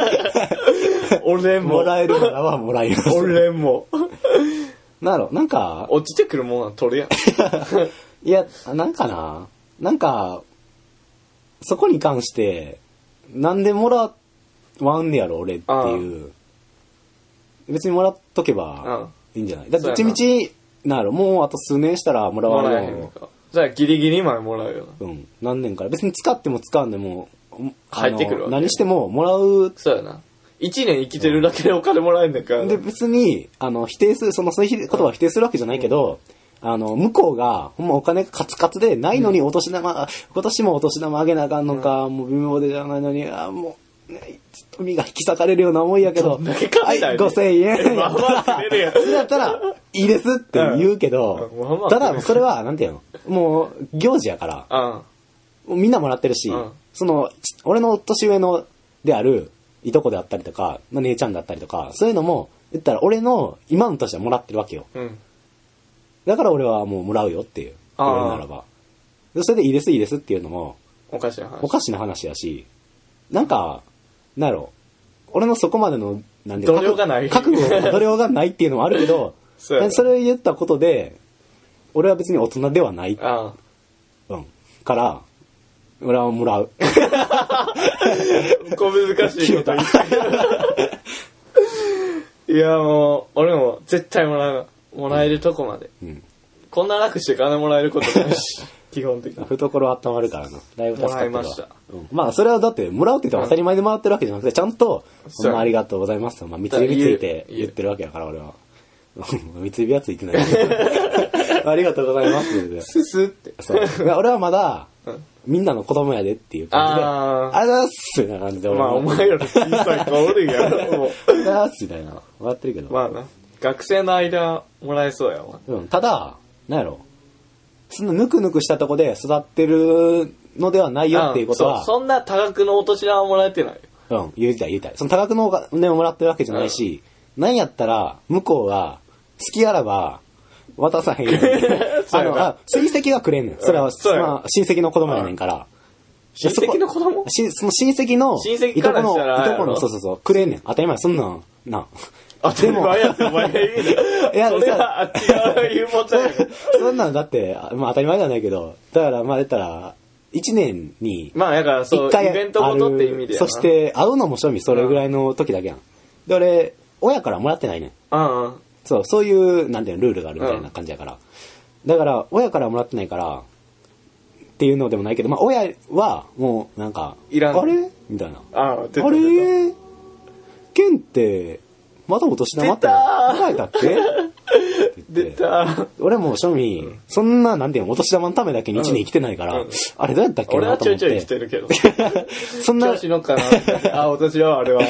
俺も。 もらえるならはもらいます。 俺も。 なんだろう、なんか。 落ちてくるものは取るやん。 いや、なんかな、なんか、そこに関して、なんでもらわんねやろ、俺っていう。別にもらっとけばいいんじゃない？だってどっちみち、なんやろ、もうあと数年したらもらわれるよ。じゃあギリギリまでもらうよな。うん。何年から。別に使っても使わんでも、 入ってくるわけ。 何してももらう。 そうやな。一年生きてるだけでお金もらえんねんから。 で、別に、あの、否定する、その、そういう言葉を否定するわけじゃないけど、うん、あの、向こうが、ほんまお金カツカツでないのにお年玉、うん、今年もお年玉あげなあかんのか、うん、もう微妙でじゃないのに、あもう、ね、身が引き裂かれるような思いやけど、はい、ごせんえん。まあまあくれるやん。それだったら、いいですって言うけど、うんまあまあ、ただ、それは、なんていうの、もう、行事やから、うん、みんなもらってるし、うん、その、俺の年上の、である、いとこであったりとか、姉ちゃんだったりとか、そういうのも、言ったら俺の今の年はもらってるわけよ。うん、だから俺はもうもらうよっていう。言われるならば。それでいいですいいですっていうのも、 おかしな話。 おかしな話やし、なんか、なんやろ、俺のそこまでの、なんで、 度量がない。 覚悟、度量がないっていうのもあるけど、そ, それを言ったことで、俺は別に大人ではない。ああうん。から、俺はもらう。 小難しいこと言ったけど。いやもう、俺も絶対もらう。もらえるとこまで。うん、こんな楽して金もらえることないし、基本的に。 懐温まるからな。だいぶ助かってるわ。 もらいました。 うん、まあそれはだって、もらうって言っても当たり前でもらってるわけじゃなくて、ちゃんと、ほんまありがとうございますと、まあ、三つ指ついて言ってるわけやから、俺は。三つ指はついてない。ありがとうございます。 すすって。 そう。俺はまだ、うんみんなの子供やでっていう感じで、あー、あざっすみたいな感じで俺まあお前より小さい子おるやろ、もう。 あざっすみたいな。笑ってるけど。 まあな。学生の間もらえそうやわ。 うん。ただ、なんやろ。そのぬくぬくしたとこで育ってるのではないよっていうことは。 そ, そんな多額のお年玉もらえてない。 うん。言いたい言いたい。その多額のお金をもらってるわけじゃないし、うん、なんやったら、向こうが好きあらば、渡さへんよ。あの、あ、親戚がくれんねん。それは、うん、まあ、親戚の子供やねんから。 親戚の子供しその親戚の、 親戚からしたら、 いとこの、そうそうそう、くれんねん。当たり前、そんなん、な。 当たり前やってお前が言うねん。いや、それはあっち側が言うもんじゃない。 そんなんだって、まあ当たり前じゃないけど、だからまあ言ったら、一年に、 まあだからそう、イベントごとって意味でやな。 そして、会うのも正味それぐらいの時だけやん。で、俺、親からもらってないねん。 ああ。 そう、そういう、なんていうの、ルールがあるみたいな感じやから。だから、親からもらってないから、っていうのでもないけど、まあ、親は、もう、なんか、 いらんあれみたいな。 ああ、 あれケンって、まだお年玉って考えたっけ出た俺も正味、うん、そんな、なんていうの、お年玉のためだけに一年生きてないから、うん、あれどうやったっけなと思って。俺はちょいちょい生きてるけど。 そんな。 調子乗っかな。あ、お年はあれは。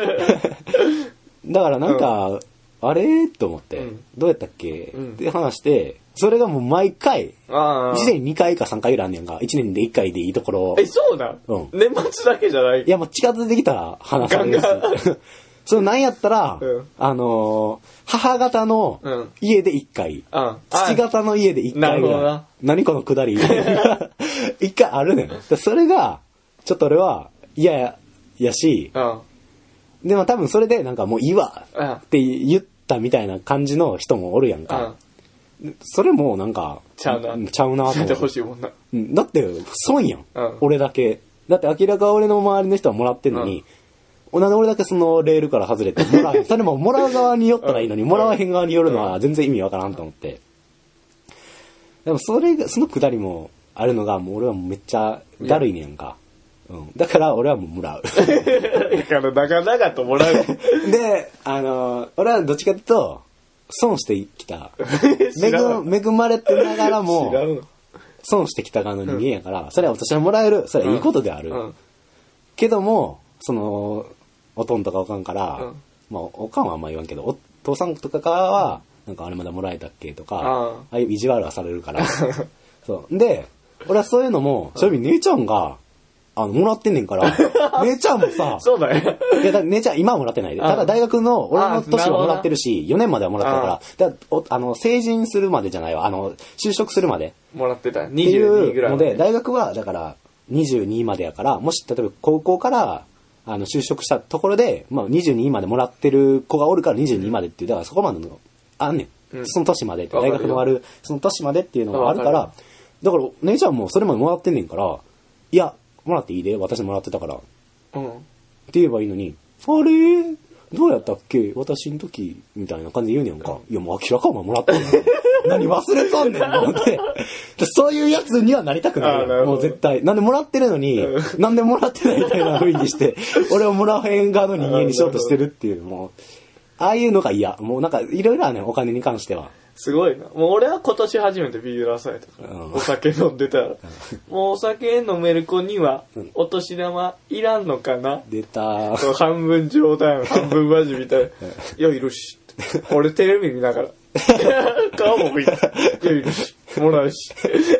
だからなんか、うんあれと思って、うん、どうやったっけ、うん、って話して、それがもう毎回、いちねんににかいかさんかいぐらいあんねんが、いちねんでいっかいでいいところ。 え、そうだ、うん、年末だけじゃないいや、もう近づいてきたら話されるし。そのなんやったら、うん、あのー、母方の家でいっかい、うん、父方の家でいっかいぐらい。な何このくだり。いっかいあるねん。それが、ちょっと俺は嫌や、やし、うんでも多分それでなんかもういいわって言ったみたいな感じの人もおるやんか。うん、それもなんか、 ちゃうな。 ちゃうなと思って。 ほしいもんな。 だって損やん、うん。俺だけ。だって明らか俺の周りの人はもらってんのに、うん、なんで俺だけそのレールから外れてもらう。それももらう側によったらいいのに、もらわへん側によるのは全然意味わからんと思って。でもそれが、そのくだりもあるのがもう俺はめっちゃだるいねんか。うん、だから俺はもうもらう。 だから長々ともらう。 で、あのー、俺はどっちかっていうと、損してきた。恵, 恵まれてながらも、損してきた側の人間やから、うん、それは私はもらえる。それはいいことである。うん、けども、その、おとんとかおかんから、うん、まあおかんはあんま言わんけど、お父さんとかからは、なんかあれまだもらえたっけとか、ああいう意地悪はされるから。そう。で、俺はそういうのも、正味姉ちゃんが、あの、もらってんねんから、姉ちゃんもさ、 そうだよ。 いや、だ姉ちゃん今はもらってないで。ただ大学の、俺の年はもらってるし、よねんまではもらってるから、だおあの、成人するまでじゃないわ、あの、就職するまで。 もらってた。にじゅうにぐらい。 ので、大学は、だから、にじゅうにまでやから、もし、例えば高校から、あの、就職したところで、まあ、にじゅうにまでもらってる子がおるからにじゅうにまでっていう、だからそこまでの、あんねん。うん、その年まで、大学のある、その年までっていうのがあるから、 だから、姉ちゃんもそれまでもらってんねんから、いや、もらっていいで、私もらってたから。うん。って言えばいいのに、あれーどうやったっけ私の時、みたいな感じで言うねんか。いや、もう明らかお前もらったんや。何忘れとんねん、思って。そういうやつにはなりたくない。もう絶対。なんでもらってるのに、なんでもらってないみたいな風にして、俺をもらえん側の人間にしようとしてるっていう、もう、ああいうのが嫌。もうなんか、いろいろはね、お金に関しては。 すごいな。もう俺は今年初めてビール朝やったから、うん、お酒飲んでたら。もうお酒飲める子には、お年玉いらんのかな、 出たー。半分冗談、半分マジみたいな。いや、いるし。俺テレビ見ながら。顔も拭いた。いや、いるし。もらうし。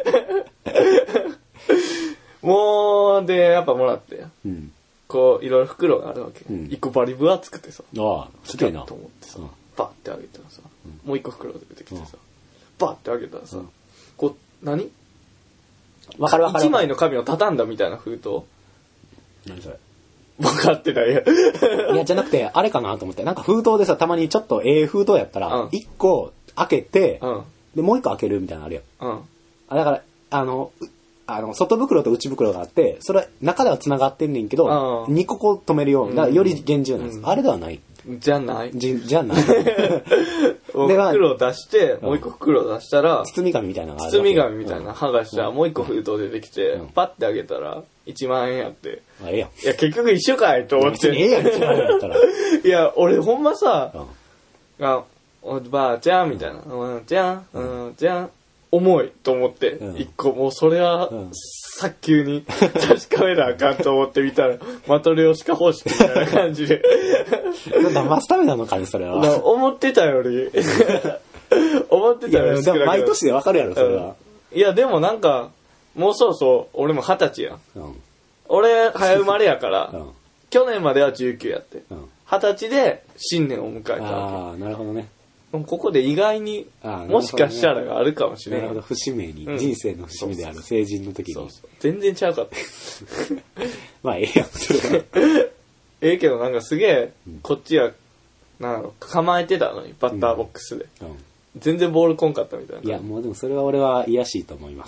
もう、で、やっぱもらって。うん、こう、いろいろ袋があるわけ。うん、一個バリ分厚くてさ。 ああ、すげえな。 と思ってさ。バッてあげたらさ、うん、もう一個袋出てきてさ、うん、バッてあげたらさ、うん、こう、何わかるわかる。 一枚の紙を畳んだみたいな封筒。 何それ分かってないや。 いや、じゃなくて、あれかなと思って、なんか封筒でさ、たまにちょっとええ封筒やったら、一、うん、個開けて、うん、で、もう一個開けるみたいなのあるやん。うん、あだから、あの、あの、外袋と内袋があって、それ、中では繋がってんねんけど、二個こう止めるように、だからより厳重なんです、うん。あれではない。 じゃないじ, じゃない袋を出して、もう一個袋を出したら、 包み紙みたいなのがある。 包み紙みたいな剥がしたら、もう一個封筒出てきて、パッてあげたら、いちまんえんやって。 あ、ええやん。 いや、結局一緒かいと思って。 ええやん、いちまんえんやったら。 いや、俺ほんまさ、あ、おばあちゃんみたいな、おばあちゃん、おばあちゃん、重いと思って、一個もうそれは、早急に確かめなあかんと思ってみたら、マトリョーシカ方式みたいな感じで。 騙すためなのかね、それは。 思ってたより。思ってたより。 でも毎年でわかるやろ、それは。 いや、でもなんか、もうそうそう、俺も二十歳やん。うん、俺、早生まれやから、うん、去年まではじゅうきゅうやって。二十歳で新年を迎えたわけ。 ああ、なるほどね。 ここで意外に、もしかしたらがあるかもしれない。 なるほど、節目に、うん、人生の節目である成人の時に。そうそう全然ちゃうかった。 まあ、ええやん、それは。 ええけど、なんかすげえ、こっちは、なんだろう、構えてたのに、バッターボックスで。うんうん、全然ボール来んかったみたいな。 いや、もうでもそれは俺は癒やしいと思います。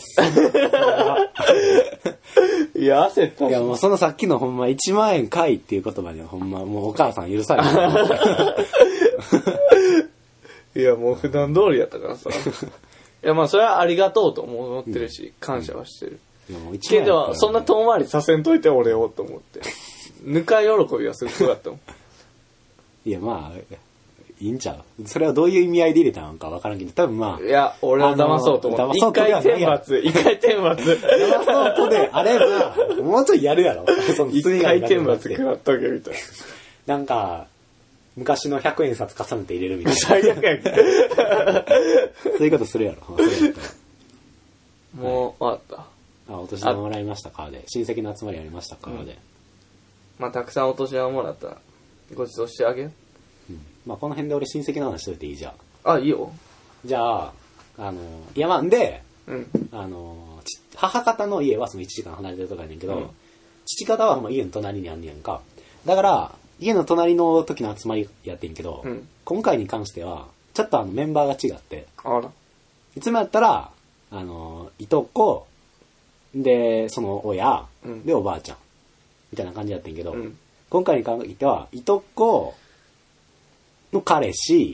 いや、焦った。 いや、もうそのさっきのほんまいちまんえんかいっていう言葉にはほんま、もうお母さん許されない。 いや、もう普段通りやったからさ。いや、まあ、それはありがとうと思ってるし、うん、感謝はしてる。うん、けど、そんな遠回りさせんといて、俺を、と思って。ぬか喜びはすごかったもん。 いや、まあ、いいんちゃうそれはどういう意味合いで入れたのかわからんけど、多分まあ。 いや、俺は騙そうと思って。一回天罰、一回天罰。 騙そうとであれば、もうちょいやるやろ。 一回天罰食らっとけ、みたいな。なんか、昔のひゃくえん札重ねて入れるみたいな。 最悪やんか。 そういうことするやろ。 もう、終わった。 あ、お年玉もらいましたかで。親戚の集まりありましたかで、うん。 まあ、たくさんお年玉もらったら、ご馳走してあげる。 うん。まあ、この辺で俺親戚の話しといていいじゃん。 あ、いいよ。 じゃあ、あの、いやまんで、うん、あの、母方の家はそのいちじかん離れてるとかやねんけど、うん、父方は家の隣にあんねやんか。だから、家の隣の時の集まりやってんけど、うん、今回に関しては、ちょっとあのメンバーが違って、 あらいつもやったら、あの、いとこ、で、その親、うん、で、おばあちゃん、みたいな感じやってんけど、うん、今回に関しては、いとこの彼氏、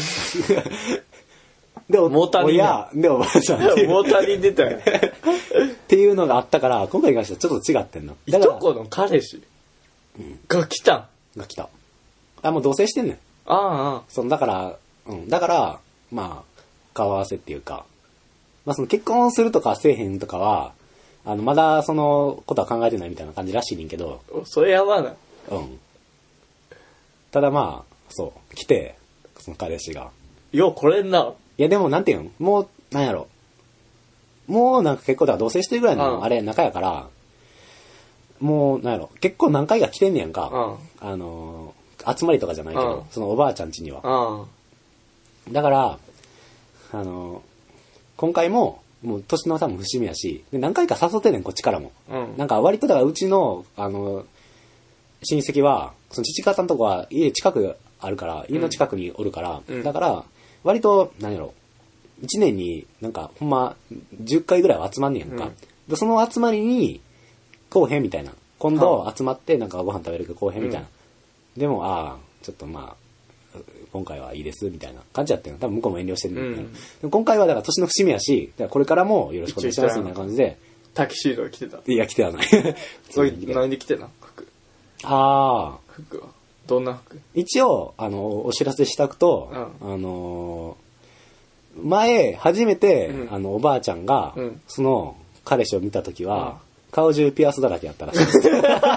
で、親、で、おばあちゃんっていう。 モーターに出たよ。 っていうのがあったから、今回に関してはちょっと違ってんの。 いとこの彼氏、うん、が来たが来た。あ、もう同棲してんねん。 ああ。 その、だから、うん。だから、まあ、顔合わせっていうか、まあその結婚するとかせえへんとかは、あの、まだそのことは考えてないみたいな感じらしいねんけど。 それやばな。 うん。ただまあ、そう、来て、その彼氏が。 よう来れんな。 いやでもなんていうんもう、なんやろ。もうなんか結構だから同棲してるぐらいの、あれ仲やから、もう、なんやろ、結構何回か来てんねやんか。あの、集まりとかじゃないけど、そのおばあちゃん家には。だから、あの、今回も、もう年の差も節目やし、で何回か誘ってんねん、こっちからも。うん、なんか割とだからうちの、あの、親戚は、その父方のとこは家近くあるから、家の近くにおるから、うん、だから、割と、何やろ、 いちねんになんかほんまじゅっかいぐらいは集まんねやんか。うん、でその集まりに、こうへんみたいな。今度集まってなんかご飯食べるけどこうへんみたいな。うん、でも、ああ、ちょっとまあ、今回はいいですみたいな感じやったよ。多分向こうも遠慮してるんだけど、うん、今回はだから年の節目やし、これからもよろしくお願いしますみたいな感じで。 タキシード着てた。 いや、着てはない。 何で着てた服。 ああ。 服はどんな服？ 一応、あの、お知らせしたくと、うん、あの、前、初めて、うん、あの、おばあちゃんが、うん、その、彼氏を見たときは、うん、顔中ピアスだらけやったらしいです。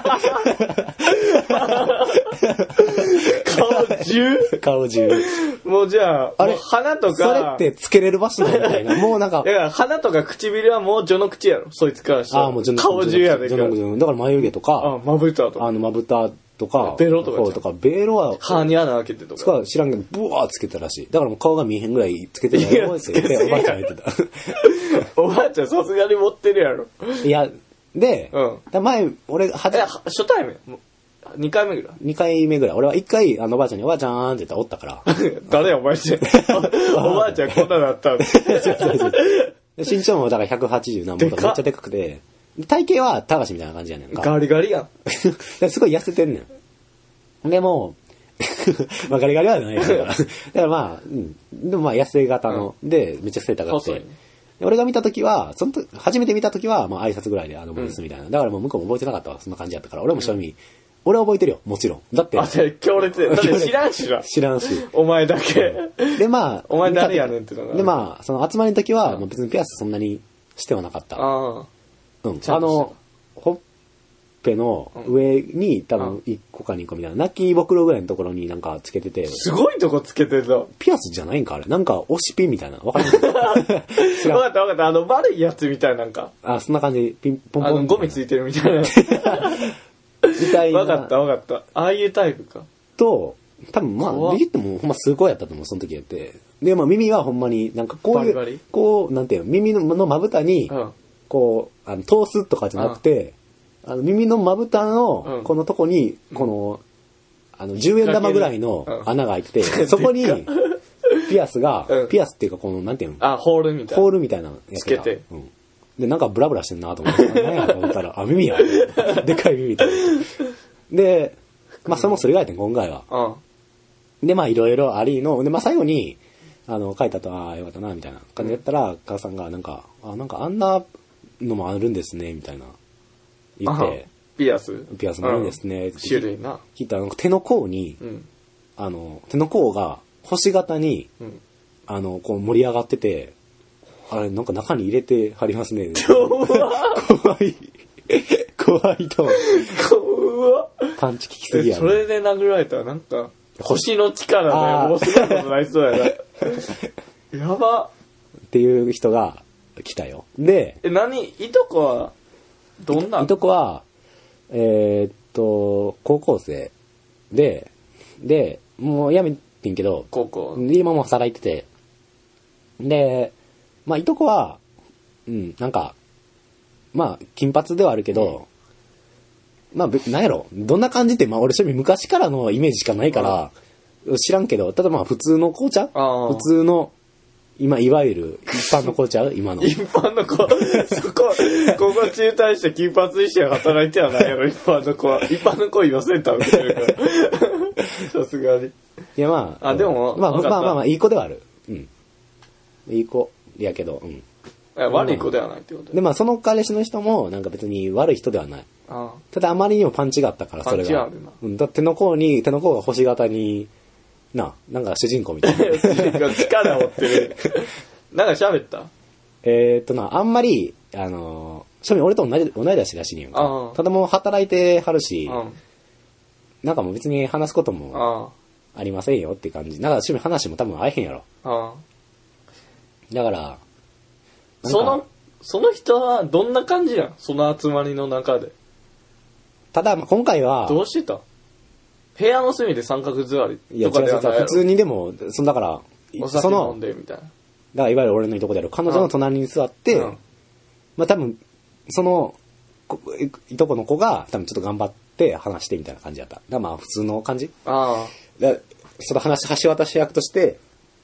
顔中顔中。 もうじゃあ、あれ鼻とか。 それってつけれる場所なみたいな。もうなんか。 いや、鼻とか唇はもう序の口やろ。そいつからしたら。ああ、もう序の口。顔中やで。 序の口。だから眉毛とか。 あ、まぶたとか。 あの、まぶたとか。 ベロとか。 とか、ベロは。 歯に穴開けてとか。 そこは知らんけど、ブワーつけたらしい。だからもう顔が見えへんぐらいつけてたよって言って、おばあちゃん言ってた。 おばあちゃんさすがに持ってるやろ。 いや、で、うん、前、俺、はじ、初対面にかいめぐらい ?に回目ぐらい。俺はいっかい、あのおばあちゃんにおばあちゃんって言ったらおったから。 誰やお前って。おばあちゃんこんなだったん身長もだからひゃくはちじゅう何本とかめっちゃでかくて、体型は高橋みたいな感じやねんか。 ガリガリやん。 すごい痩せてんねん。でも、まあガリガリはないから。だからまあ、うん。でもまあ痩せ型の、うん、で、めっちゃ背高くて。俺が見たときは、その時、初めて見たときは、まあ挨拶ぐらいで、あの、ボイスみたいな。だからもう向こうも覚えてなかったわ。そんな感じやったから。俺も正味、うん、俺は覚えてるよ。もちろん。だって。 あ、強烈で。だって知らんしな。 知らんし。 お前だけ。 で、まあ。 お前誰やねんってのが。 で、まあ、その集まりの時は、もう別にピアスそんなにしてはなかった。ああ。うん。あの、ほっぺの上に多分いっこかにこみたいな、ナッキーボクロぐらいのところになんかつけてて。 すごいとこつけてるぞ。 ピアスじゃないんかあれ。なんか押しピンみたいな。わかるわかったわかった。あの、悪いやつみたいなんか。 あ、そんな感じ。ピンポンポン。 あの、ゴミついてるみたいな。 みたいな。 わかったわかった。ああいうタイプか。 と、多分まあ、ビビってもほんま数個やったと思う、その時やって。で、まあ耳はほんまになんかこういう、バリバリこう、なんていうの、耳のまぶたに、うん、こう、あの、通すとかじゃなくて、うん、あの耳のまぶたの、このとこに、うん、この、あの、じゅうえん玉ぐらいの穴が開いてて、うん、そこに、ピアスが、うん、ピアスっていうかこの、なんていうのあ、ホールみたいな。 ホールみたいなやつが。 つけて。 うん。で、なんかブラブラしてんなと思って、何やと思ったら、あ、耳や。でかい耳と。で、まあ、それもそれがやってん、今回は。うん。で、まあ、いろいろありの、で、まあ、最後に、あの、書いたと、ああ、よかったな、みたいな感じでやったら、母さんが、なんか、あ、なんかあんなのもあるんですね、みたいな。言って。 ピアスピアスもあるんですね。 種類な。 聞いたら、手の甲に、うん、あの、手の甲が星型に、うん、あの、こう盛り上がってて、あれ、なんか中に入れて貼りますね。怖い。怖いと。 怖っ。 パンチ効きすぎやね。 それで殴られたらなんか、星の力でもうすごいことなりそうやな。やば。 っていう人が来たよ。で、 え、何いとこは、どんないとこは、えー、っと、高校生で、で、もう辞めてんけど、 高校。 今も働いてて、で、まあ、いとこは、うん、なんか、まあ、金髪ではあるけど、うん、まあ、なんやろ、どんな感じって、まあ、俺、正味昔からのイメージしかないから、うん、知らんけど、ただまあ、普通の紅茶普通の、今、いわゆる、一般の紅茶今の。 一般の子、そこ、ここ中退して金髪にして働いてはないやろ、一般の子は。一般の子今センター受けてるから。さすがに。 いや、まあ、 あ、でも、 まあ、まあまあまあ、いい子ではある。うん。いい子。やけど、うん。 悪い子ではないってことで、まあその彼氏の人もなんか別に悪い人ではない。ああただあまりにもパンチがあったから、それが。パンチあるな。うん、だって手の甲に、手の甲が星型に、な、なんか主人公みたいな。 主人公力持ってる。なんか喋ったえーっとな、あんまり、あのー、正味俺と同じ、同い年らしいんやんか。ただもう働いてはるし、なんかもう別に話すこともありませんよって感じ。なんか趣味話も多分合えへんやろ。あだから、 その、その人はどんな感じやんその集まりの中で。 ただ、今回は、 どうしてた部屋の隅で三角座りとかではないやろ。いや、 普通にでも、そのだから、 お酒飲んでみたいな。 だからいわゆる俺のいとこである彼女の隣に座って、うん、まあ多分、その、いとこの子が多分ちょっと頑張って話してみたいな感じだった。だからまあ普通の感じ。ああ。その話、橋渡し役として、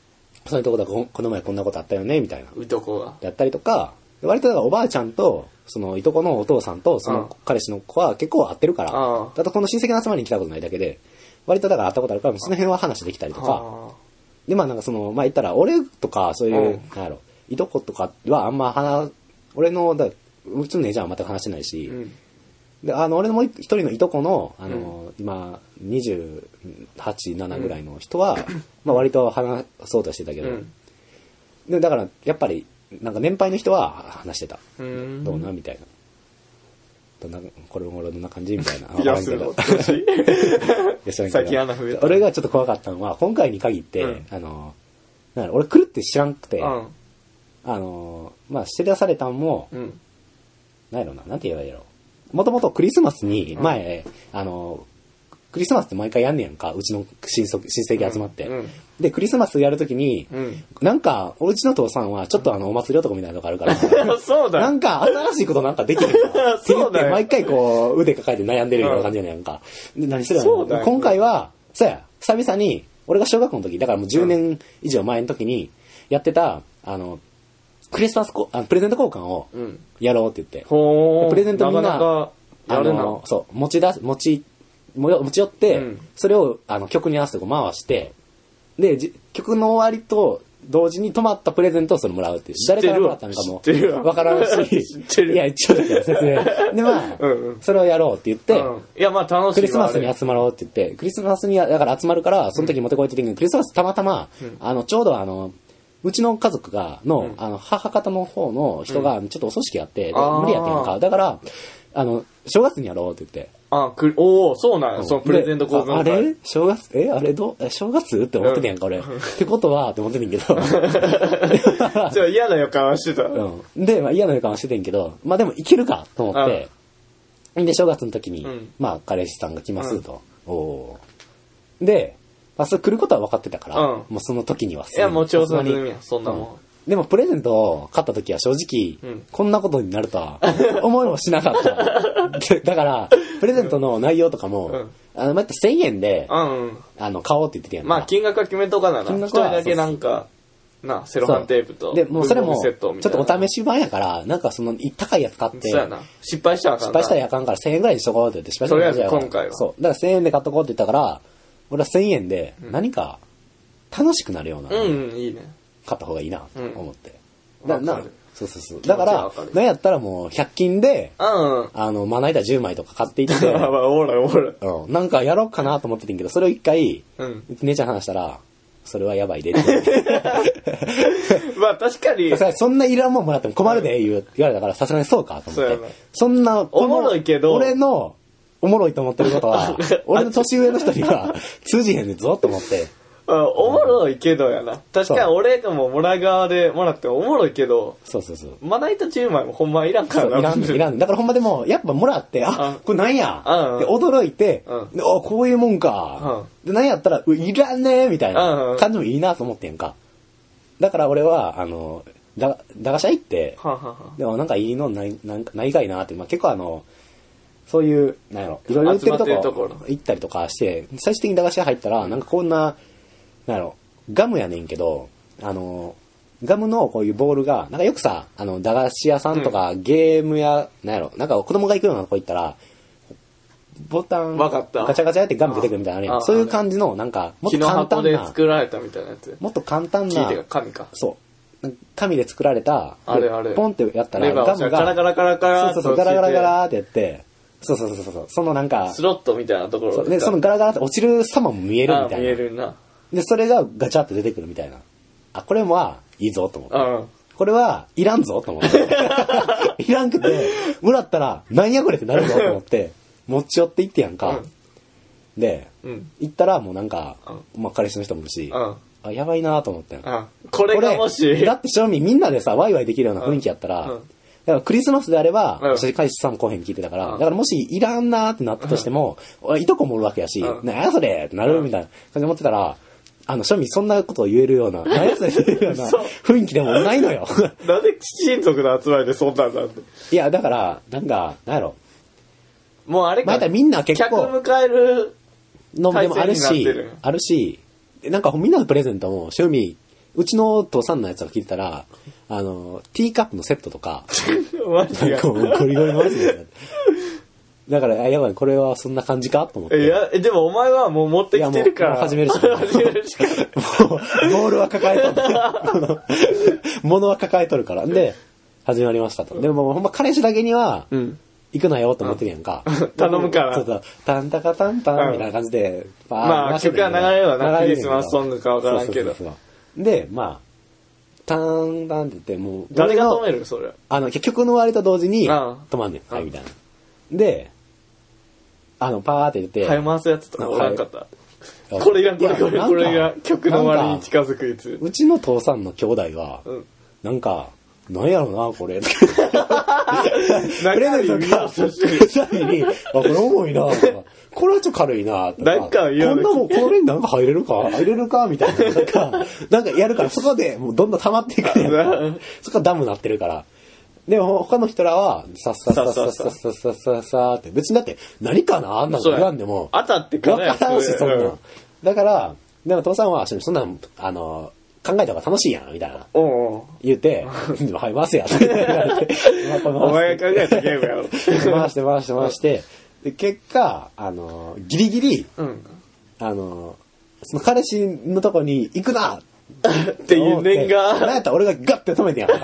そういうとこだこの前こんなことあったよねみたいな。 いとこが。 やったりとか、割とだからおばあちゃんと、そのいとこのお父さんとその彼氏の子は結構会ってるから、あとこの親戚の集まりに来たことないだけで、割とだから会ったことあるから、その辺は話できたりとか、で、まあなんかその、まあ言ったら俺とかそういう、なんやろ、いとことかはあんま話、俺の、だうちの姉ちゃんは全く話してないし、うん、で、あの、俺のもう一人のいとこの、あの、うん、今、にじゅうはち、ななぐらいの人は、うん、まあ割と話そうとしてたけど、うん、で、だからやっぱり、なんか年配の人は話してた。どうなみたいな。どんな、これもどんな感じみたいな。 いや、すごい。最近穴増えた。 俺がちょっと怖かったのは、今回に限って、うん、あの、なん俺来るって知らんくて、うん、あの、まあ、知らされたんも、うん、なんやろな、なんて言えばいいやろ。もともとクリスマスに前、うん、あの、クリスマスって毎回やんねやんか、うちの親戚、親戚集まって。うんうん、で、クリスマスやるときに、うん、なんか、おうちの父さんはちょっとあの、お祭り男みたいなとこあるから、 そうだなんか新しいことなんかできるかって言って、毎回こう、腕抱えて悩んでるような感じやねんか。で、何するの今回は、そうや、久々に、俺が小学校の時、だからもうじゅうねん以上前の時に、やってた、あの、クリスマスこあプレゼント交換をやろうって言って、 うん、 プレゼントみんな、 なかなかやるなあの、そう、持ち出す、持ち、持ち寄って、うん、それをあの曲に合わせてこう回して、で、曲の終わりと同時に止まったプレゼントをそれもらうっていう。誰からもらったのかもわからんし、 知ってるいや、一応だけど説明。で、まあ、うんうん、それをやろうって言って、うん、 いや、まあ楽しい。 クリスマスに集まろうって言って、クリスマスにだから集まるから、その時に持ってこいって言って、クリスマスたまたま、うん、あの、ちょうどあの、うちの家族が、の、うん、あの、母方の方の人がちょっとお葬式やって、うん、無理やってんか。だから、あの、正月にやろうって言って。 あ、くおお、そうなんや、そのプレゼント交換。 あれ正月えあれどう正月って思ってたやんか、俺。ってことはって思っててんけど。 じゃあ嫌な予感はしてた。 うん。で、まあ嫌な予感はしててんけど、まあでもいけるかと思って。で、正月の時に、うん、まあ彼氏さんが来ますと。うん、おで、まあそれ来ることは分かってたから、うん、もうその時には。 いや、もう調査済みや、そんなもん。うんでもプレゼントを買った時は正直、うん、こんなことになるとは思いもしなかった。だから、プレゼントの内容とかも、うん、あの、またせんえんで、うんうん、あの、買おうって言ってたやんか。 まあ、金額は決めとかなな。金額は。一人だけなんか、な、セロハンテープと。 で、もうそれも、ちょっとお試し版やから、なんかその、高いやつ買って、 そうやな。失敗したらあかんから。失敗したらあかんからせんえんぐらいにしとこうって言って、失敗したらあかんから。 とりあえず今回は。 そう。だからせんえんで買っとこうって言ったから、俺はせんえんで何か楽しくなるような、 うん、うん、いいね。 買った方がいいな、と思って。だなそうそうそう。だから、なんやったらもう、ひゃく均で、うん、あの、まな板じゅうまいとか買っていって、 まあ、おらおら。 うん。なんかやろうかなと思っててんけど、それを一回、うん、姉ちゃん話したら、それはやばいでって。 まあ確かに。 そんないらんもんもらっても困るで、言われたから、さすがにそうかと思って。そんな、 おもろいけど、 俺の、おもろいと思ってることは、俺の年上の人には通じへんねんぞと思って。 うん、おもろいけどやな。確かに俺でももら側でもらっておもろいけど、 そうそうそう。 まな板じゅうまいもほんまいらんからな。 いらんいらん。だからほんまでも、やっぱもらって、あ、これなんや、で驚いて、うん、であ、こういうもんか。うん、で、なんやったら、いらんねーみたいな感じもいいなと思ってんか。だから俺は、あの、だ、駄菓子屋行って、はははでもなんかいいのない、なんかないかいなって、まあ、結構あの、そういう、なんやろ、いろいろ売ってるとこ、とこ行ったりとかして、最終的に駄菓子屋入ったら、なんかこんな、なんやろ、ガムやねんけど、あの、ガムのこういうボールが、なんかよくさ、あの、駄菓子屋さんとか、うん、ゲーム屋、なんやろ、なんか子供が行くようなとこ行ったら、ボタン、 わかった。 ガチャガチャやってガム出てくるみたいなのあるやん。そういう感じの、なんか、 もっと簡単な。木の箱で作られたみたいなやつ。 もっと簡単な。 木ってか紙か。 そう。紙で作られた、 あれあれ。 ポンってやったら、ガムが、 ガラガラガラガラそうそうそう、ガラガラガラってやって、そうそうそうそう、そのなんか、 スロットみたいなところで、そのガラガラって落ちる様も見えるみたいな。 見えるな。 で、それがガチャって出てくるみたいな。あ、これもいいぞと思って。 うん、 これはいらんぞと思って。いらんくて、もらったら、なんやこれってなるぞと思って、持ち寄っていってやんか。うん、で、うん、行ったらもうなんか、うん、まあ彼氏の人もいるし、うん、あ、やばいなと思ってん。 うん、これがもし。 だって正味みんなでさ、ワイワイできるような雰囲気やったら、うんうん、だからクリスマスであれば、私、彼氏さんも後編聞いてたから、だからもしいらんなーってなったとしても、いとこもおるわけやし、なんやそれってなるみたいな感じで思ってたら、あの、庶民そんなことを言えるような、なんやそれ言えるような雰囲気でもないのよ。 なんで親族の集まりでそんなんなんて。 いや、だから、なんか、なんやろ。 もうあれか。 またみんな結構。 客迎えるのでもあるし、あるし、なんかみんなのプレゼントも、庶民うちの父さんのやつが聞いてたら、あの、ティーカップのセットとか、 マジなんかもうゴリゴリマジで。だから、あ、やばい、これはそんな感じかと思って。 いや、でもお前はもう持ってきてるから。 いやもうもう始めるしかない。 始めるしかない。 もう、ボールは抱えとる。物は抱えとるから。で、始まりましたと。でも、ほんま彼氏だけには、うん、行くなよと思ってるやんか。 頼むから。 そうそう。タンタカタンタンみたいな感じで、 うん、まあ、曲は流れるわな。クリスマスソングかわからんけど。そうそうそうそうで、まあ、ターンタンって言って、もう、 誰が止めるそれ。 あの、曲の終わりと同時に、止まんねん。はい、みたいな。で、あの、パーって言って、 はい、回すやつとかおらんかった。これが、これが、これが曲の終わりに近づくやつ。 うちの父さんの兄弟は、うん、なんか、なんやろな、これ。プレゼントが、ために、あ、これ重いな、とか、これはちょっと軽いな、とか、 なんかこんなもん、これになんか入れるか入れるかみたいな、なんか、なんかやるから、そこでもうどんどん溜まっていくねん。そこはダムになってるから。でも他の人らは、さっさっさっさっさっさっさっさっさって、別にだって何かなあんなの選んでも。 当たってかない。わからんし、そんな。だから、でも父さんは、そんな、あの、考えた方が楽しいやん、みたいな。 おう言うて、はい、回せや、って言われて。 お前が考えたゲームやろ。 回して回して回して、で、結果、あの、ギリギリ、 うん、 あの、その彼氏のとこに行くなっていう念が。 なんやったら俺がガッて止めてやん。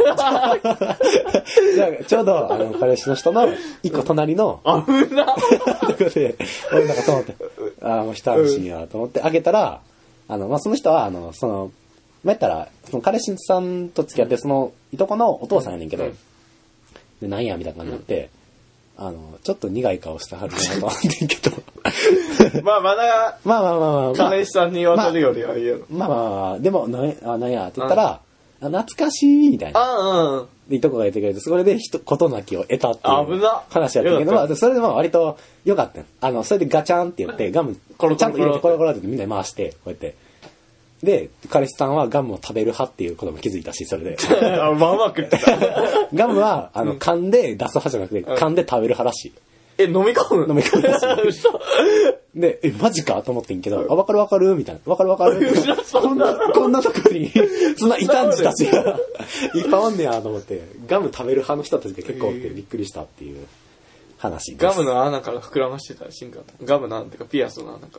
ちょうど、あの、彼氏の人の一個隣の。 危なで、俺なんかと思って、ああ、もう一安心やと思って開けたら、あの、まあ、その人は、あの、その、まあ、やったら、その彼氏さんと付き合って、その、いとこのお父さんやねんけど、うん、で、なんやみたいな感じになって、うん、あの、ちょっと苦い顔してはるなと思ってんけど。 まあ、まだ、 まあまあまあまあ、 彼氏さんに渡るよりはいいやろ。 まあまあまあ、でも、な、あ、なんやって言ったら、うん、懐かしいみたいな。 ああ、 で、いとこが言ってくれて、それでひと、事なきを得たっていう話やったけど、まあ、それでも割と良かったよ。あの、それでガチャンって言って、ガム、ちゃんと入れてコロコロってみんなで回して、こうやって。で、彼氏さんはガムを食べる派っていうことも気づいたし、それで。 あ、まあまあ食ってた。 ガムは、あの、噛んで出す派じゃなくて、噛んで食べる派らしい。 え、飲み込む飲み込むらしい。で、え、マジかと思ってんけど、あ、わかるわかるみたいな。わかるわかるこんな、こんなとこに、そんな異端児たちがいっぱいおんねやと思って、ガム食べる派の人たちが結構おってびっくりしたっていう話です。 ガムの穴から膨らましてたらしんかった。ガムなんていうか、ピアスの穴から。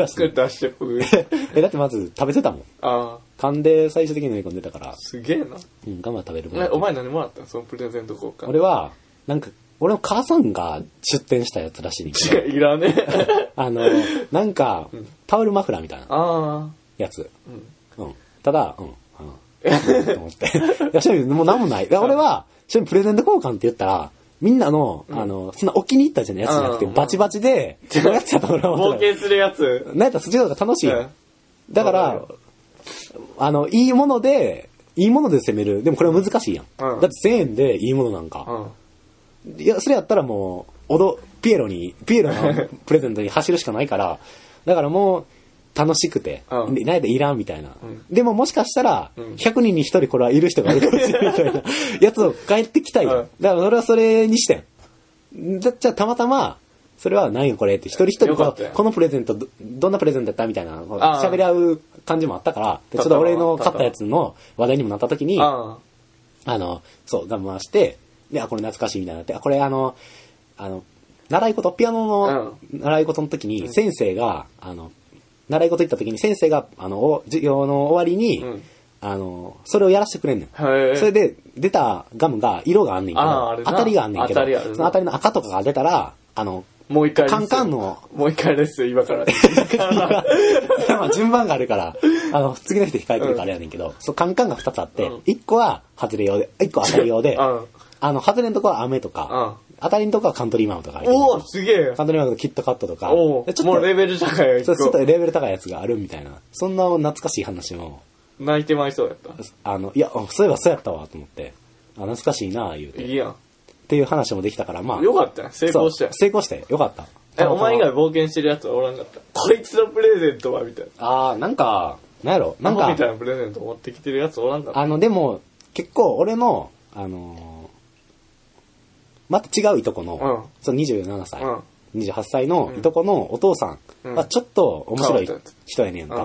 作って出して僕。 え、だってまず食べてたもん。 ああ。 噛んで最終的に飲み込んでたから。 すげえな。 うん、ガムは食べるもん。 え、お前何もらったのそのプレゼント交換。 俺は、なんか、俺の母さんが出店したやつらしいねんけど。いらねえ。 あの、なんか、うん、タオルマフラーみたいなやつ。うん。うん。ただ、うん。うん。と思って。いや、正直もうなんもない。俺は、正直プレゼント交換って言ったら、みんなの、うん、あの、そんなお気に入ったじゃないやつじゃなくて、バチバチで、違うやつやと俺は冒険するやつ。 なんやったらそっちの方が楽しい。うん、だから、あの、いいもので、いいもので攻める。でもこれは難しいやん。うん、だってせんえんでいいものなんか。うんいや、それやったらもう、おど、ピエロに、ピエロのプレゼントに走るしかないから、だからもう、楽しくて、うん、で、ないでいらんみたいな、うん。でももしかしたら、ひゃくにんにひとりこれはいる人がいるかもしれないみたいなやつを帰ってきたいよ。うん、だから俺はそれにしてん。じゃ、じゃあたまたま、それは何よこれって一人一人ここのプレゼントど、どんなプレゼントだったみたいな、喋り合う感じもあったから、ちょっと俺の買ったやつの話題にもなった時に、あの、そう、ガム回して、で、あ、これ懐かしいみたいになって、あ、これあの、あの、習い事、ピアノの習い事の時に先生が、うん、あの、習い事行った時に先生が、あの、授業の終わりに、うん、あの、それをやらせてくれんねん。それで出たガムが色があんねんけど、当たりがあんねんけど、その当たりの赤とかが出たら、あの、 もう一回カンカンの。 もう一回ですよ、今から。 まあ順番があるから、あの、次の人控えてるからあれやねんけど、うん、そう、カンカンが二つあって、一、うん、個は外れ用で、一個当たり用で、うんあの、外れのとこは飴とか、うん、当たりのとこはカントリーマンとか。 おー、すげえ。 カントリーマンとキットカットとか。 おー、ちょっともうレベル高いやつ。 ちょっとレベル高いやつがあるみたいな。そんな懐かしい話も。 泣いてまいそうやった。 あの、いや、そういえばそうやったわ、と思って。あ、懐かしいな、言うて。 いいやん。 っていう話もできたから、まあ。 よかったよ。成功したよ。 成功してよかった。 え、お前以外冒険してるやつはおらんかった。こいつのプレゼントはみたいな。 あー、なんか、なんやろ、なんか。 みたいなプレゼント持ってきてるやつおらんかった。 あの、でも、結構俺の、あのー、また違ういとこの、うん、そのにじゅうななさい、うん、にじゅうはっさいのいとこのお父さんはちょっと面白い人やねんか。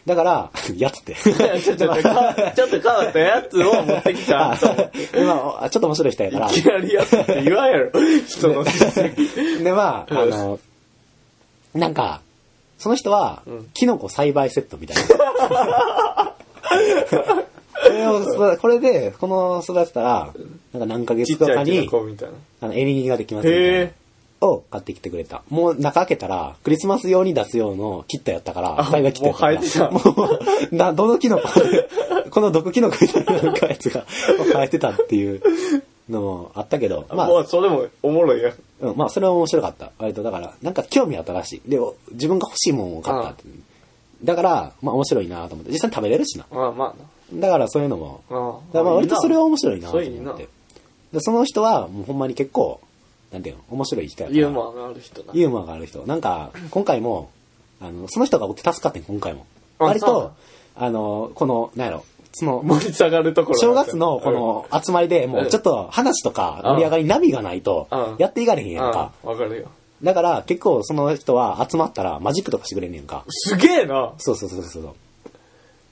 だから、やつって。 ちょっと、ちょっと変わったやつを持ってきたと思って。 今、ちょっと面白い人やから。 いきなりやつって言わんやろ。人の実績。 で、まあ、あの、なんか、その人は、うん、キノコ栽培セットみたいな。これを、これで、この育てたら、なんか何ヶ月とかに、あの、エリンギができますみたいな。を買ってきてくれた。もう中開けたら、クリスマス用に出す用のキットやったから、栽培キットやったから。もう生えてた。もう、な、どのキノコ、この毒キノコみたいなやつが生えてたっていうのもあったけど、 まあ。もうそれもおもろいやん。 うん、まあそれは面白かった。割とだから、なんか興味あったらしい。で、自分が欲しいもんを買ったって。だから、まあ面白いなと思って。実際に食べれるしな。 ああ、まあな。 だからそういうのも。ああ。だからまあ割とそれは面白いなと思って。いいな。で、その人はもうほんまに結構、なんていうの、面白い人やから。 ユーモアがある人だ。 ユーモアがある人。なんか、今回も、あの、その人が僕助かってん、今回も。割と、あの、この、なんやろ、その、 盛り下がるところ。 正月のこの集まりで、もうちょっと話とか盛り上がり波がないと、やっていかれへんやんか。 わかるよ。 だから結構その人は集まったらマジックとかしてくれんねんか。 すげえな。 そうそうそうそう。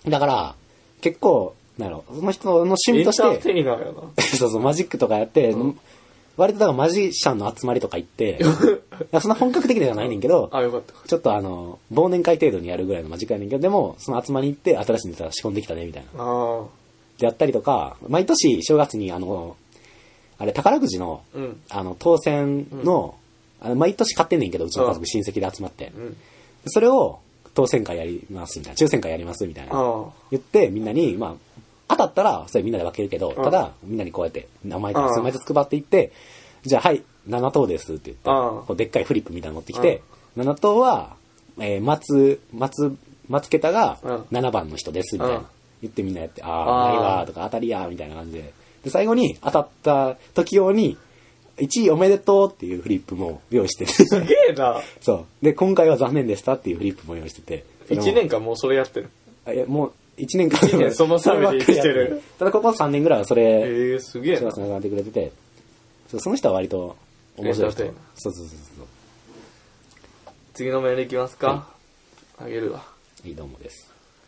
だから、結構、なんやろ、その人の趣味として、 エンターテイナーやな。 そうそう、マジックとかやって、うん割とだからマジシャンの集まりとか行って、そんな本格的ではないねんけど、 あ、よかった。 ちょっとあの、忘年会程度にやるぐらいのマジックやねんけど、でも、その集まりに行って新しいネタ仕込んできたね、みたいな。 あでやったりとか、毎年正月にあの、あれ宝くじの、うん、あの、当選の、うん、あの毎年買ってんねんけど、うちの家族親戚で集まって。うん、それを、当選会やりますみたいな、抽選会やりますみたいな。言って、みんなに、まあ、当たったら、それみんなで分けるけど、ただ、みんなにこうやって、名前数枚ずつ配っていって、じゃあ、はい、なな等ですって言って、こうでっかいフリップみたいなの持ってきて、なな等は、えー、松、松、松桁がななばんの人です、みたいな。言ってみんなやって、ああ、ないわーとか当たりやーみたいな感じで。で、最後に当たった時用に、いちいおめでとうっていうフリップも用意してて。 すげえな。 そう。で、今回は残念でしたっていうフリップも用意してて。 いちねんかんもうそれやってる。 あいや、もう、いちねんかん。 いちねんそのためにしてる。 ただここさんねんぐらいはそれ、 えー、すげえな。 幸せながってくれてて、そうその人は割と面白い人。そうそうそうそう。 次のメールいきますか。はい、あげるわ。 はい、どうもです。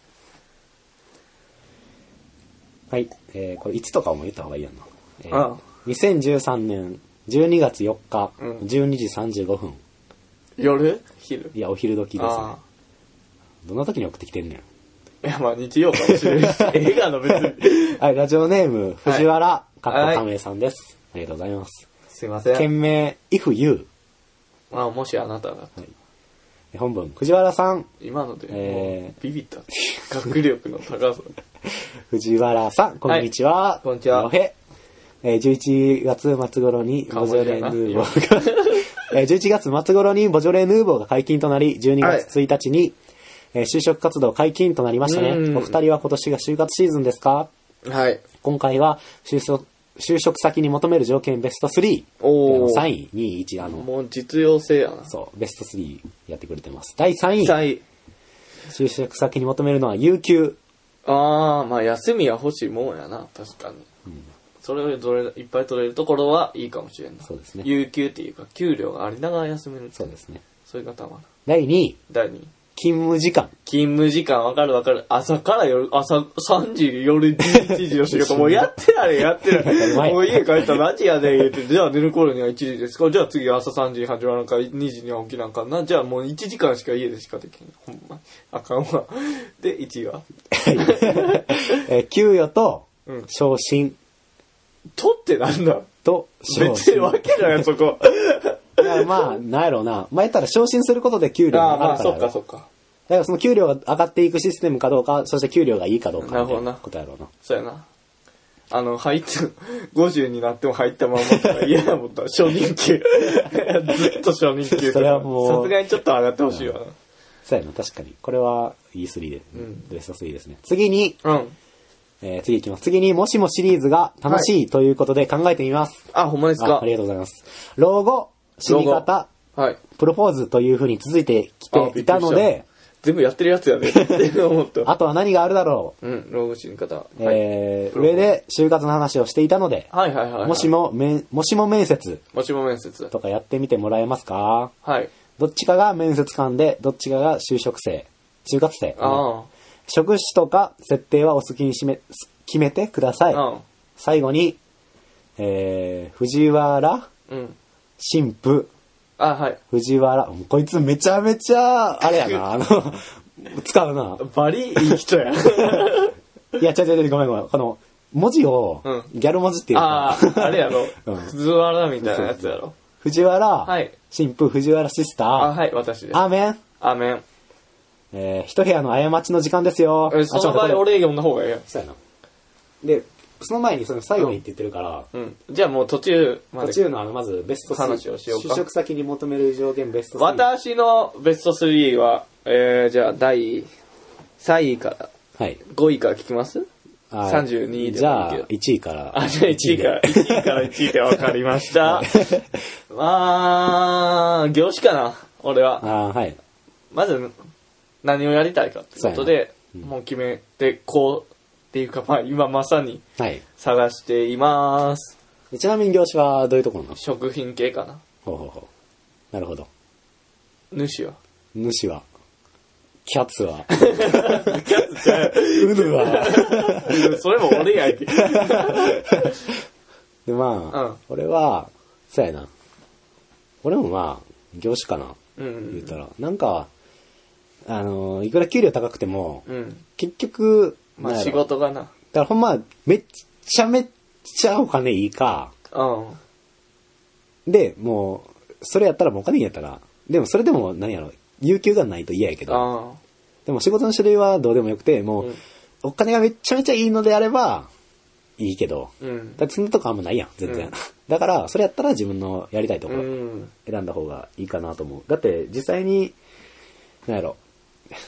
はい、えー、これいつとかも言った方がいいやんな。えー、ああにせんじゅうさんねんじゅうにがつよっか、うん、じゅうにじさんじゅうごふん。 夜？昼？ いや、お昼時ですね。どんな時に送ってきてんねん。 いや、まあ日曜かもしれないし、映画の別に。 はい、ラジオネーム、藤原、かっこ亀井さんです。ありがとうございます。 すいません。 件名、if you。 あ、もしあなたが。はい。 本文、藤原さん。 今ので、えー、ビビった。学力の高さ。 藤原さん、こんにちは。 はい、こんにちは。 おへ。えー、じゅういちがつ末頃にボジョレ・ヌーボーが、えー、じゅういちがつ末頃にボジョレ・ヌーボーが解禁となり、じゅうにがつついたちに、はいえー、就職活動解禁となりましたね。お二人は今年が就活シーズンですか？ はい。 今回は就職、就職先に求める条件ベストスリー。おー。さんい、にい、いち、あの。 もう実用性やな。 そう、ベストスリーやってくれてます。だいさんい。 さんい。 就職先に求めるのは有給。 あー、まあ休みは欲しいもんやな、確かに。うん、それをどれいっぱい取れるところはいいかもしれんな。 そうですね。 有給っていうか、給料がありながら休める。 そうですね。 そういう方は。 だいにい。 だいにい。 勤務時間。 勤務時間わかるわかる。朝から夜、朝さんじ、夜じゅういちじの仕事。もうやってられ、やってられ。もう家帰ったら何時やで言って、じゃあ寝る頃にはいちじですか。じゃあ次朝さんじに始まらんからにじには起きなんかな。じゃあもういちじかんしか家でしかできん。ほんま。あかんわ。で、いちいはえー、給与と、昇進。 とってなんだと、 別に分けないよ、そこ。 いやまあ、なんやろうな。まあ、やったら昇進することで給料が上がるから。 ああ、まあ、そっかそっか。 だからその給料が上がっていくシステムかどうか、そして給料がいいかどうか。 なるほどな。 ことやろうな。 そうやな。あの、入って、ごじゅうになっても入ったままとか嫌やもんだ。初任給。ずっと初任給。 それはもう。 さすがにちょっと上がってほしいわな。 そうやな、確かに。これは イースリー で、うん、ベストスリーですね。次に、 うん。 えー、次行きます。次に、もしもシリーズが楽しいということで考えてみます。 はい、あ、ほんまですか。 あ。ありがとうございます。老後、死に方、 はい。 プロポーズという風に続いてきていたので、 全部やってるやつやね。って思った。 あとは何があるだろう。うん、老後死に方。 えー、上で就活の話をしていたので、 はいはいはい、はい。 もしも、めん、もしも面接。 もしも面接。 とかやってみてもらえますか？ はい。 どっちかが面接官で、どっちかが就職生、就活生。 ああ。 職種とか設定はお好きにしめ決めてください。 うん。 最後に、えー、藤原、 うん。 神父、 あ、はい。 藤原、こいつめちゃめちゃ、あれやな、あの、使うな。 バリいい人や。 いや、ちゃちゃちゃ、ごめんごめん。この、文字を、 うんギャル文字っていうか、 ああ、あれやろ。 うん藤原みたいなやつやろ。 藤原、 はい。 神父、藤原シスター、 あ、はい、私です。 アーメン。 アーメン。 えー、一部屋の過ちの時間ですよ。 え、その場合俺読んだ方がいいや。 そうやな。で、その前にその最後にって言ってるから、 うん。じゃあもう途中まで。 途中のあの、まずベストスリー。 話をしようか就職先に求める条件ベストスリー。 私のベストスリーは、えー、じゃあ第さんいからはい。 ごいから聞きますあー ?さんじゅうに でもいいけど。 じゃあ、いちいから。 あ、じゃあいちいから。いちいからいちいで分かりました。まあ、業種かな、俺は。 あーはい。 まず、何をやりたいかってことで、 うんもう決めて、こう、っていうか、まあ、今まさにはい。 探しています。 でちなみに業種はどういうところなの？ 食品系かな。 ほうほうほう。なるほど。 主は。 主は。キャツは。 キャツちゃう。 ウヌは。 それも俺やんけ。 で、まあ、 うん俺は、そうやな。俺もまあ、業種かな。 うん言ったら。なんか、あのー、いくら給料高くても、 うん。 結局、 まあ仕なんやろ事がな。 だからほんま、めっちゃめっちゃお金いいか、 うん。 で、もう、それやったらもうお金いいんやったら、でもそれでも何やろ、有給がないと嫌やけど、 あでも仕事の種類はどうでもよくて、もう、 うんお金がめっちゃめちゃいいのであれば、いいけど、 あ。うん。 だってそんなとこあんまないやん、全然。 うんだから、それやったら自分のやりたいところうん。 選んだ方がいいかなと思う。だって実際に、なんやろ、好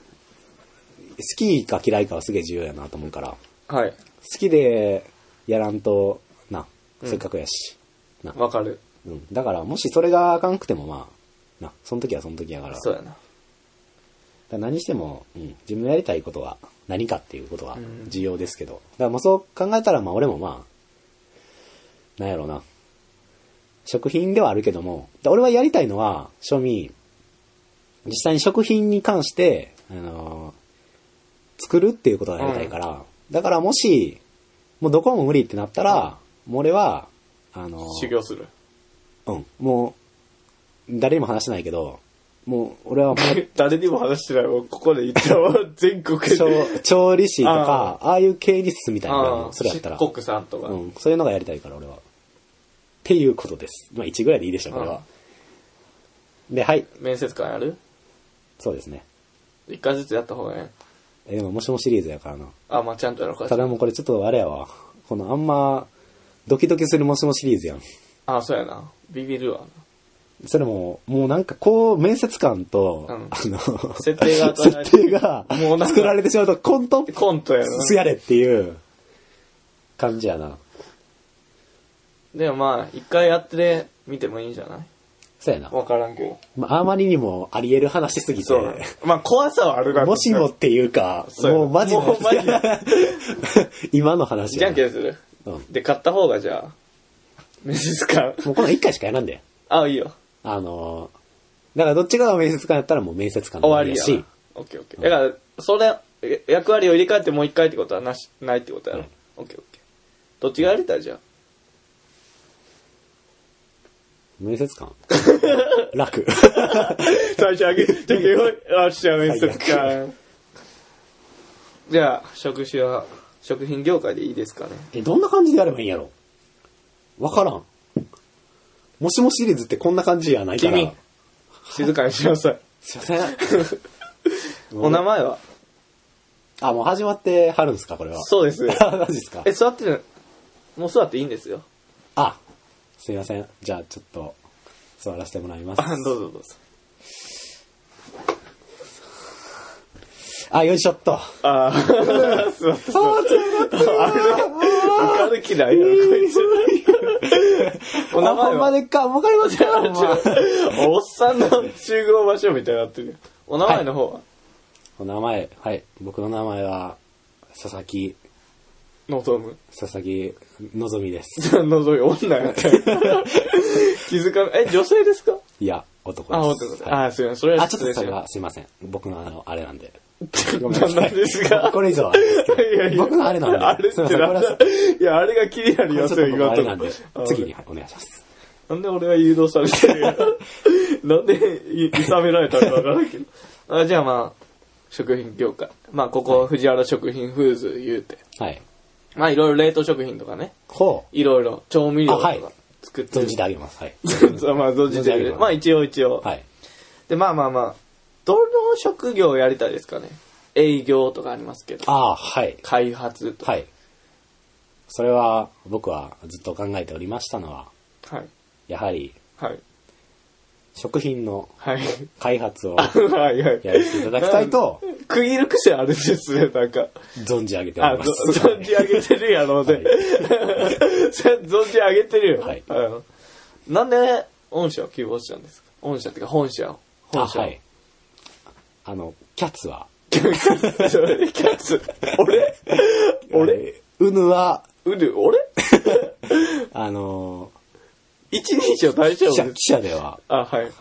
きか嫌いかはすげえ重要やなと思うから、 はい。 好きでやらんと、な、 うんせっかくやし、な、 わかる。 うん。だから、もしそれがあかんくてもまあ、な、その時はその時やから、 そうやな。 だから何しても、うん、自分のやりたいことは何かっていうことはうん重要ですけど、だからもうそう考えたら、まあ俺もまあ、なんやろうな、食品ではあるけども、だ俺はやりたいのは、正味、実際に食品に関して、あのー作るっていうことがやりたいから、だからもし、もうどこも無理ってなったら、もう俺は、あのー修行する。 うん、もう、誰にも話してないけど、もう、俺はもう、 誰にも話してないわ。ここで言ったわ。全国で。 調調理師とか、ああいう経理室みたいなあのあ、 それやったら、 コックさんとか。 うん、そういうのがやりたいから俺は。っていうことです。まあいちぐらいでいいでしょ、これは。で、はい、 面接官やるそうですね。 一回ずつやった方がいい。 え、でももしもシリーズやからな。 あ、まあちゃんとやろうか。 ただもうこれちょっとあれやわ。このあんま、ドキドキするもしもシリーズやん。 あ、そうやな。ビビるわ。 それも、もうなんかこう、面接官と、 うんあの、 設定が設定がもうなんか作られてしまうとコントコントやな。 すやれっていう感じやな。 でもまあ、一回やってみてもいいんじゃないそうやな。 わからんけど。 まあ、あまりにもあり得る話すぎて、 そう。まあ怖さはあるな。 もしもっていうか、 そうやなもうマジのもうマジで今の話じゃやんけんする。 うんで、買った方がじゃあ、面接官。 もうこのいっかいしかやらんで。 あ、いいよ。 あのー、だからどっちが面接官やったらもう面接官終わりやしな。オッケーオッケー。だから、それ、え役割を入れ替えてもう一回ってことはなし、ないってことやろ。オッケーオッケー。どっちがやりたいじゃあ。 面接官楽。 最初あげ、じゃんけんほい。あっしゃ、面接官。じゃあ、職種は、食品業界でいいですかね。 え、どんな感じでやればいいんやろわからん。もしもシリーズってこんな感じやないから。 君、静かにしなさい。 すいません。 お名前はあ、もう始まってはるんですかこれは。 そうです。 あマジですかえ、座ってる、もう座っていいんですよ。 あ、すいません。じゃあちょっと座らせてもらいます。 あ、どうぞどうぞ。 あ、よいしょっと。 ああ、座って座って。あれ、受かる気ないやろ、こいつ。お名前あほんまはでっか、わかりました。ほんまおっさんの集合場所みたいになってる。お名前の方は、 お名前、はい。僕の名前は、佐々木、 のぞむ。 佐々木のぞみです。 のぞみ、女やった気づかない。え、女性ですか？ いや、男です。 あ、男です。 はいあ、すいません。それはあ、ちょっとそれ失礼しまはすいません。僕のあの、あれなんで。 ごめんなさい。 なんですかこれ以上はあれですけど。 いやいや僕のあれなんで。 あれってなんだいや、あれが気になりますよ、 ちょっと僕あれなん今で、次にお願いします。 なんで俺は誘導されてるやなんでい、いさめられたかわからんけど。あじゃあまあ、食品業界。まあ、ここ、藤原食品フーズ言うて。 はい。 まあ、いろいろ冷凍食品とかね。 ほう。 いろいろ調味料とかあはい作ってる。 存じてあげます。はい。 まあ、存じてる。まあ、一応一応。 はい。 で、まあまあまあ、どの職業をやりたいですかね。営業とかありますけど。 ああ、はい。 開発とか。 はい。それは、僕はずっと考えておりましたのは、 はい。 やはり、 はい。 食品のはい。 開発をはいはい。 やらせていただきたいと、 区切る癖あるんですね、なんか。 存じ上げておあ、 ります。 ぞ存じ上げてるやろうね。存じ上げてるよ。 はいうんなんで、御社を希望したんですか御社っていうか、本社を。 あ、 本社を。 はい。あの、キャッツは、 キャッツ。俺俺うぬは、 うる、俺あの一人称大ー、記者、 丈夫です。 記者では、 あ、はい。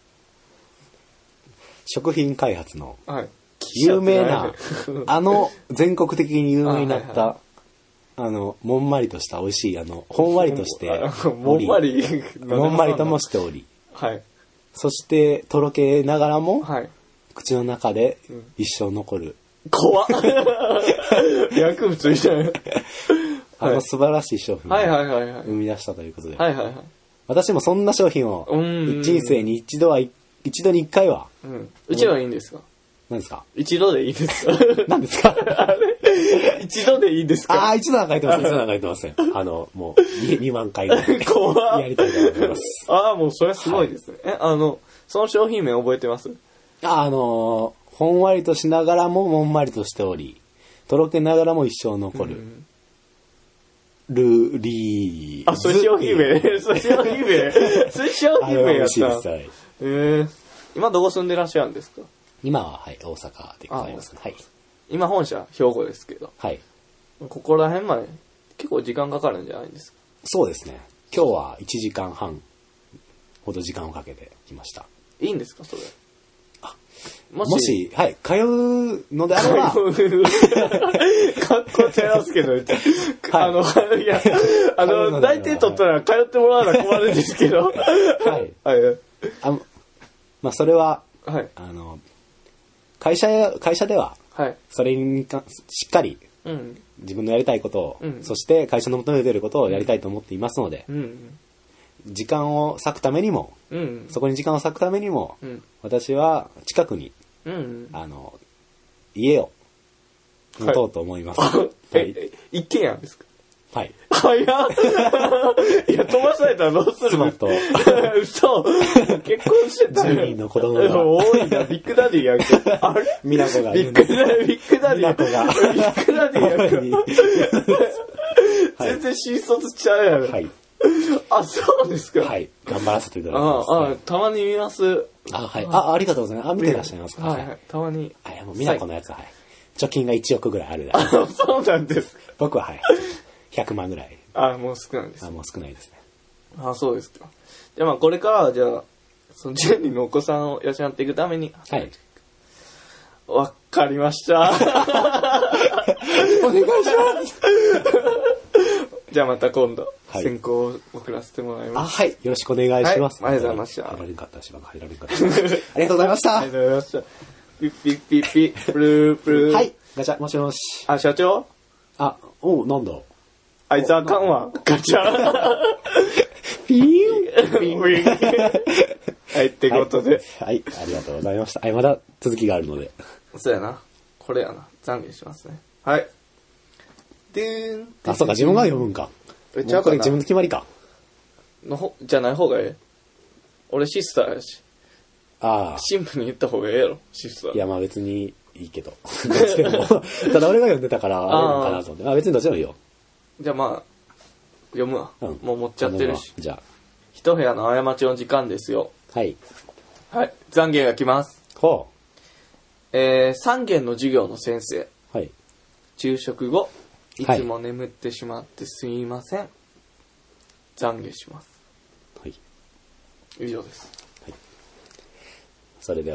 食品開発のはい。 有名な記者ってない、 あの、全国的に有名になっあはいた、あの、もんまりとした美味しい、あの、ほんわりとしてあおり、 もんまり。 もんまりともしており、 はい。 そして、とろけながらも、 はい。 口の中で一生残る、 怖っ薬物みたいな。 あの素晴らしい商品はいをはいはいはい。 生み出したということで、 はいはいはい。 私もそんな商品をうん人生に一度は、一度に一回は、 うん。うちのはいいんですか何ですか一度でいいですか何ですかあれ一度でいいですかああ、一度は書いてません。一度は書いてません。あの、もう、に、にまん回ぐらい怖っやりたいと思います。 ああ、もうそれすごいですね。え、あの、その商品名覚えてますああのー、ほんわりとしながらももんまりとしており、とろけながらも一生残る。 うんルリー。 あ、それ商品名それ商品名それ商あれは美品名やった味しいです。はい。 えー、今どこ住んでらっしゃるんですか今は、はい、大阪でございます。はい。 今本社、兵庫ですけど。 はい。 ここら辺まで結構時間かかるんじゃないんですかそうですね。今日はいちじかんはんほど時間をかけてきました。 いいんですかそれ。ももし、はい、通うのであれば、 かっこちゃいますけど、あの、いや、あの、内定取ったら通ってもらわな困るんですけど。 はい。 はい。 あまあ、それは、 はい。 あの、会社や、会社では、 はい。 それにかしっかりうん。 自分のやりたいことを、 うんそして会社の求めていることをやりたいと思っていますので、 うん。 時間を割くためにも、 うん。 そこに時間を割くためにも、 うん。 私は近くに、 うん。 あの、家を持とうと思います。 あはい。 え、一軒家ですかはい。 早っいや、飛ばされたらどうする妻と嘘結婚してたじゅうにんの子供が多いな、ビッグダディやんけ。あれ美奈子がビッグダディ、ビッグダディ。 美奈子がビッグダディやんか。 はい全然新卒ちゃうやろ。 はい。 あ、そうですか。 はい。頑張らせていただきあます。 あ、あたまに見ます。 あ、はい。あ、ありがとうございます。あ、見てらっしゃいますか。 はいはい。たまに。 あ、いやもう美奈子のやつは、はい。貯金がいちおくぐらいあるで。 あ、そうなんですか。 僕は、はい。ひゃくまんぐらい。 あ、もう少ないですあ、。もう少ないですね。 あ、そうですか。じゃあまあこれからはじゃあ、そのじゅうにんのお子さんを養っていくために。 はい。 わかりました。 お願いします。 じゃあまた今度、 はい選考を送らせてもらいあ、 ます。 はい。よろしくお願いします。 はいありがとうございました入られんかった、芝が入られんかった。ありがとうございました。 ありがとうございました。ピッピッピッピッ、プループルー。 はい。ガチャ、もしもし。 あ、社長あ、おう、なんだ。 あいつあかんわ。ガチャ。 ピーン。 ピンピン。はい、ってことで。 はい。ありがとうございました。はい、まだ続きがあるので。 そうやな。これやな。懺悔しますね。はい。でーん。 あ、そうか、自分が読むんか。 え、ちゃうかなもうこれ自分の決まりか。 のほ、じゃない方がええ。俺シスターやし。 ああ。 シンプルに言った方がええやろ、シスター。 いや、まあ別にいいけど。どっちでも。ただ俺が読んでたから、あれなのかなと思って。あ、別にどっちでもいいよ。 じゃあまあ、読むわ。 うんもう持っちゃってるし。 じゃ一部屋の過ちの時間ですよ。 あ。はい。 はい。懺悔が来ます。 ほえー、三軒の授業の先生。 う。はい。 昼食後、いはいつも眠ってしまってすみません。懺悔します。 はい。 以上です。 それでは、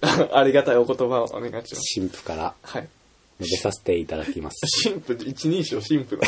ありがたいお言葉をお願いします。 神父から。 はい。 述べさせていただきます。 神父、一人称神父だ。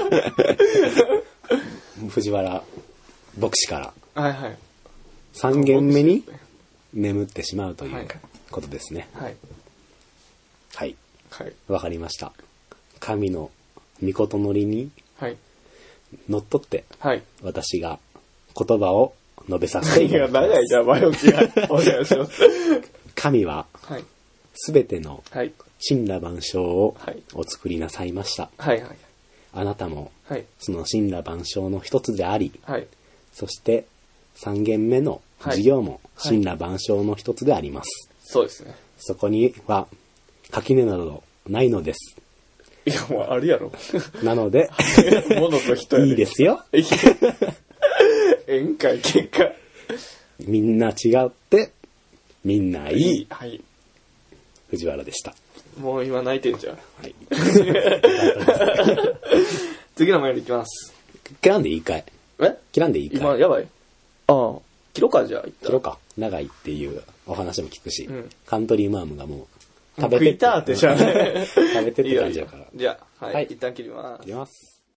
藤原牧師から。 はいはい。 三軒目に眠ってしまうということですね。 はい。 はい。 はい。 わかりました。神の御事のりにのっとって、 はい。 私が言葉を述べさせていただきます。 いや、長いじゃ前置きがお願いします。 神は、すべての神羅万象をお作りなさいました。 はいはい。 あなたも、 はい、 その神羅万象の一つであり、 はい、 そして三軒目の事業も神羅万象の一つであります。 はい、そうですね。そこには垣根などないのです。 いや、もうあるやろ。 なので、 物と人やね。 いいですよ。 宴会結果。 みんな違って、みんないい。いい。 はい。 藤原でした。 もう今泣いてんじゃん。 はい。 次のメールいきます。 切らんでいいかい？ え？ 切らんでいいかい？ 今やばい？ああ。切ろうか、じゃあ。 切ろうか。長いっていうお話も聞くし、うん、カントリーマームがもう食べて食いたってじゃあね。 食べてって感じだから。 いいじゃあ、はい、はい。一旦切ります。 切ります。